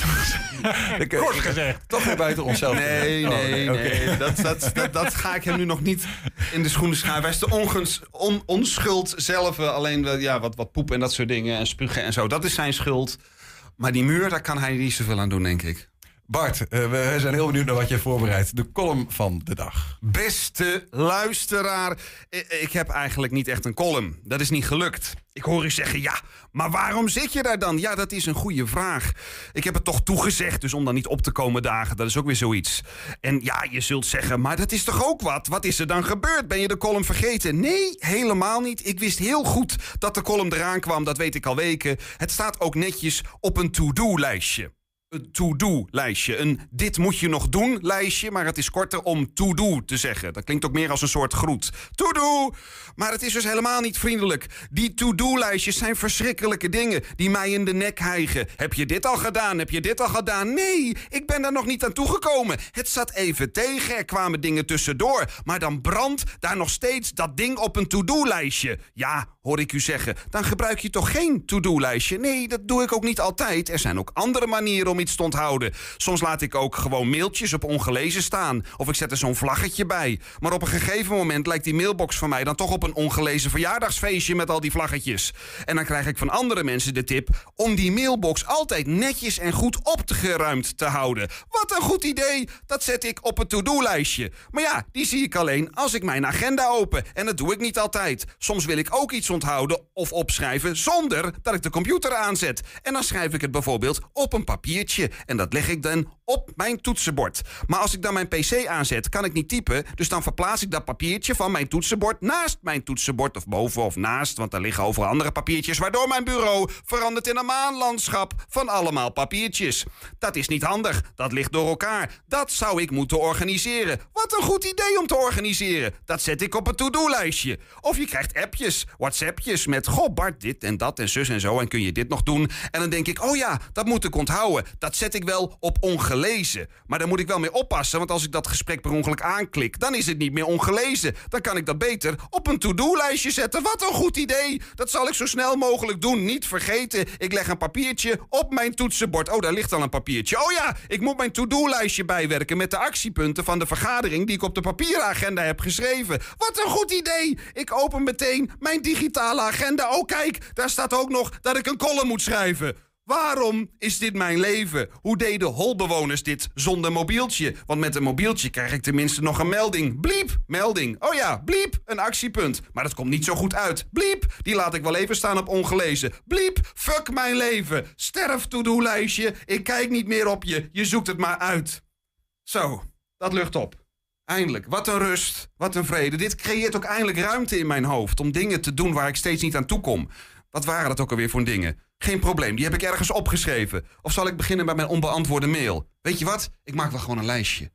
Kort gezegd. Toch weer buiten onszelf. Nee, Oh, nee, oké. nee. Dat, dat, dat, dat ga ik hem nu nog niet in de schoenen schuiven. Hij is de onguns, on, onschuld zelf. eh, Alleen wel, ja, wat, wat poep en dat soort dingen en spugen en zo. Dat is zijn schuld. Maar die muur, daar kan hij niet zoveel aan doen, denk ik. Bart, uh, we zijn heel benieuwd naar wat je voorbereidt. De column van de dag. Beste luisteraar, ik heb eigenlijk niet echt een column. Dat is niet gelukt. Ik hoor u zeggen, ja, maar waarom zit je daar dan? Ja, dat is een goede vraag. Ik heb het toch toegezegd, dus om dan niet op te komen dagen, dat is ook weer zoiets. En ja, je zult zeggen, maar dat is toch ook wat? Wat is er dan gebeurd? Ben je de column vergeten? Nee, helemaal niet. Ik wist heel goed dat de column eraan kwam, dat weet ik al weken. Het staat ook netjes op een to-do-lijstje. Een to-do-lijstje. Een dit moet je nog doen-lijstje, maar het is korter om to-do te zeggen. Dat klinkt ook meer als een soort groet. To-do! Maar het is dus helemaal niet vriendelijk. Die to-do-lijstjes zijn verschrikkelijke dingen die mij in de nek hijgen. Heb je dit al gedaan? Heb je dit al gedaan? Nee, ik ben daar nog niet aan toegekomen. Het zat even tegen, er kwamen dingen tussendoor. Maar dan brandt daar nog steeds dat ding op een to-do-lijstje. Ja, hoor ik u zeggen, dan gebruik je toch geen to-do-lijstje? Nee, dat doe ik ook niet altijd. Er zijn ook andere manieren om iets te onthouden. Soms laat ik ook gewoon mailtjes op ongelezen staan. Of ik zet er zo'n vlaggetje bij. Maar op een gegeven moment lijkt die mailbox van mij dan toch op een ongelezen verjaardagsfeestje met al die vlaggetjes. En dan krijg ik van andere mensen de tip om die mailbox altijd netjes en goed opgeruimd te houden. Wat een goed idee! Dat zet ik op een to-do-lijstje. Maar ja, die zie ik alleen als ik mijn agenda open. En dat doe ik niet altijd. Soms wil ik ook iets onthouden of opschrijven zonder dat ik de computer aanzet. En dan schrijf ik het bijvoorbeeld op een papiertje. En dat leg ik dan op mijn toetsenbord. Maar als ik dan mijn pc aanzet, kan ik niet typen. Dus dan verplaats ik dat papiertje van mijn toetsenbord naast mijn toetsenbord. Of boven of naast, want daar liggen overal andere papiertjes. Waardoor mijn bureau verandert in een maanlandschap van allemaal papiertjes. Dat is niet handig. Dat ligt door elkaar. Dat zou ik moeten organiseren. Wat een goed idee om te organiseren. Dat zet ik op een to-do-lijstje. Of je krijgt appjes, whatsappjes met... Goh Bart, dit en dat en zus en zo. En kun je dit nog doen? En dan denk ik, oh ja, dat moet ik onthouden. Dat zet ik wel op ongelezen. Maar daar moet ik wel mee oppassen. Want als ik dat gesprek per ongeluk aanklik, dan is het niet meer ongelezen. Dan kan ik dat beter op een to-do-lijstje zetten. Wat een goed idee. Dat zal ik zo snel mogelijk doen. Niet vergeten. Ik leg een papiertje op mijn toetsenbord. Oh, daar ligt al een papiertje. Oh ja, ik moet mijn to-do-lijstje bijwerken met de actiepunten van de vergadering die ik op de papieragenda heb geschreven. Wat een goed idee. Ik open meteen mijn digitale agenda. Oh kijk, daar staat ook nog dat ik een column moet schrijven. Waarom is dit mijn leven? Hoe deden holbewoners dit zonder mobieltje? Want met een mobieltje krijg ik tenminste nog een melding. Bliep, melding. Oh ja, bliep, een actiepunt. Maar dat komt niet zo goed uit. Bliep, die laat ik wel even staan op ongelezen. Bliep, fuck mijn leven. Sterf to-do-lijstje. Ik kijk niet meer op je. Je zoekt het maar uit. Zo, dat lucht op. Eindelijk. Wat een rust. Wat een vrede. Dit creëert ook eindelijk ruimte in mijn hoofd om dingen te doen waar ik steeds niet aan toe kom. Wat waren dat ook alweer voor dingen? Geen probleem, die heb ik ergens opgeschreven. Of zal ik beginnen met mijn onbeantwoorde mail? Weet je wat? Ik maak wel gewoon een lijstje.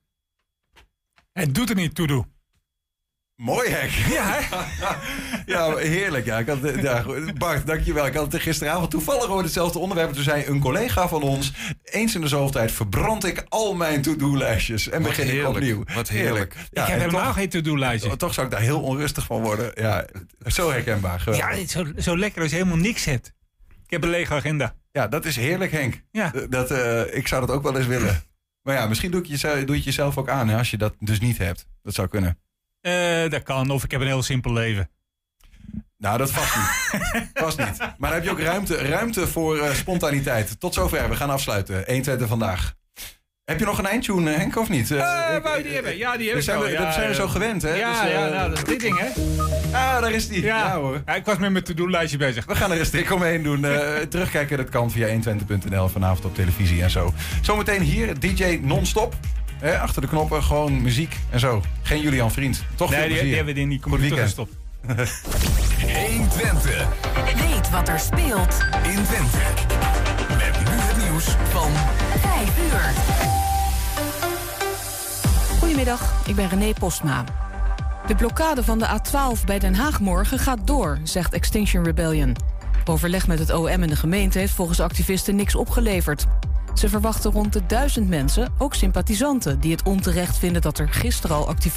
Het doet er niet toe, doe. Mooi hek. Ja, ja, heerlijk. Ja. Ik had, ja, Bart, dankjewel. Ik had het gisteravond toevallig over hetzelfde onderwerp. Toen zei een collega van ons, eens in de zoveel tijd verbrand ik al mijn to-do-lijstjes. En Wat begin ik opnieuw. heerlijk. Wat heerlijk. Ja, ik heb en helemaal toch, geen to-do-lijstje. toch zou ik daar heel onrustig van worden. Ja, zo herkenbaar. Geweldig. Ja, het is zo, zo lekker als je helemaal niks hebt. Ik heb een lege agenda. Ja, dat is heerlijk, Henk. Ja. Dat, uh, ik zou dat ook wel eens willen. Maar ja, misschien doe, ik je, doe je het jezelf ook aan hè, als je dat dus niet hebt. Dat zou kunnen. Uh, dat kan, of ik heb een heel simpel leven. Nou, dat vast niet. Vast niet. Maar dan heb je ook ruimte, ruimte voor uh, spontaniteit. Tot zover, we gaan afsluiten. honderdtwintig vandaag. Heb je nog een eindtune, Henk, of niet? Uh, uh, wou die hebben? Ja, die heb ik zijn wel. we, Ja, dat zijn we zo gewend, hè? Ja, dus, uh, ja nou, dat is dit ding, hè? Ah, daar is die. Ja, ja hoor. Ja, ik was met mijn to-do-lijstje bezig. We gaan er een strik omheen doen. Uh, terugkijken, dat kan via honderdtwintig punt n l vanavond op televisie en zo. Zometeen hier, D J non-stop. He, achter de knoppen, gewoon muziek en zo. Geen Julian Vriend. Toch nee, veel die, plezier. die hebben we in die computer gestopt. honderdtwintig. Weet wat er speelt in Twente. Met nu het nieuws van vijf uur. Goedemiddag, ik ben René Postma. De blokkade van de A twaalf bij Den Haag morgen gaat door, zegt Extinction Rebellion. Overleg met het O M en de gemeente heeft volgens activisten niks opgeleverd. Ze verwachten rond de duizend mensen, ook sympathisanten, die het onterecht vinden dat er gisteren al activisten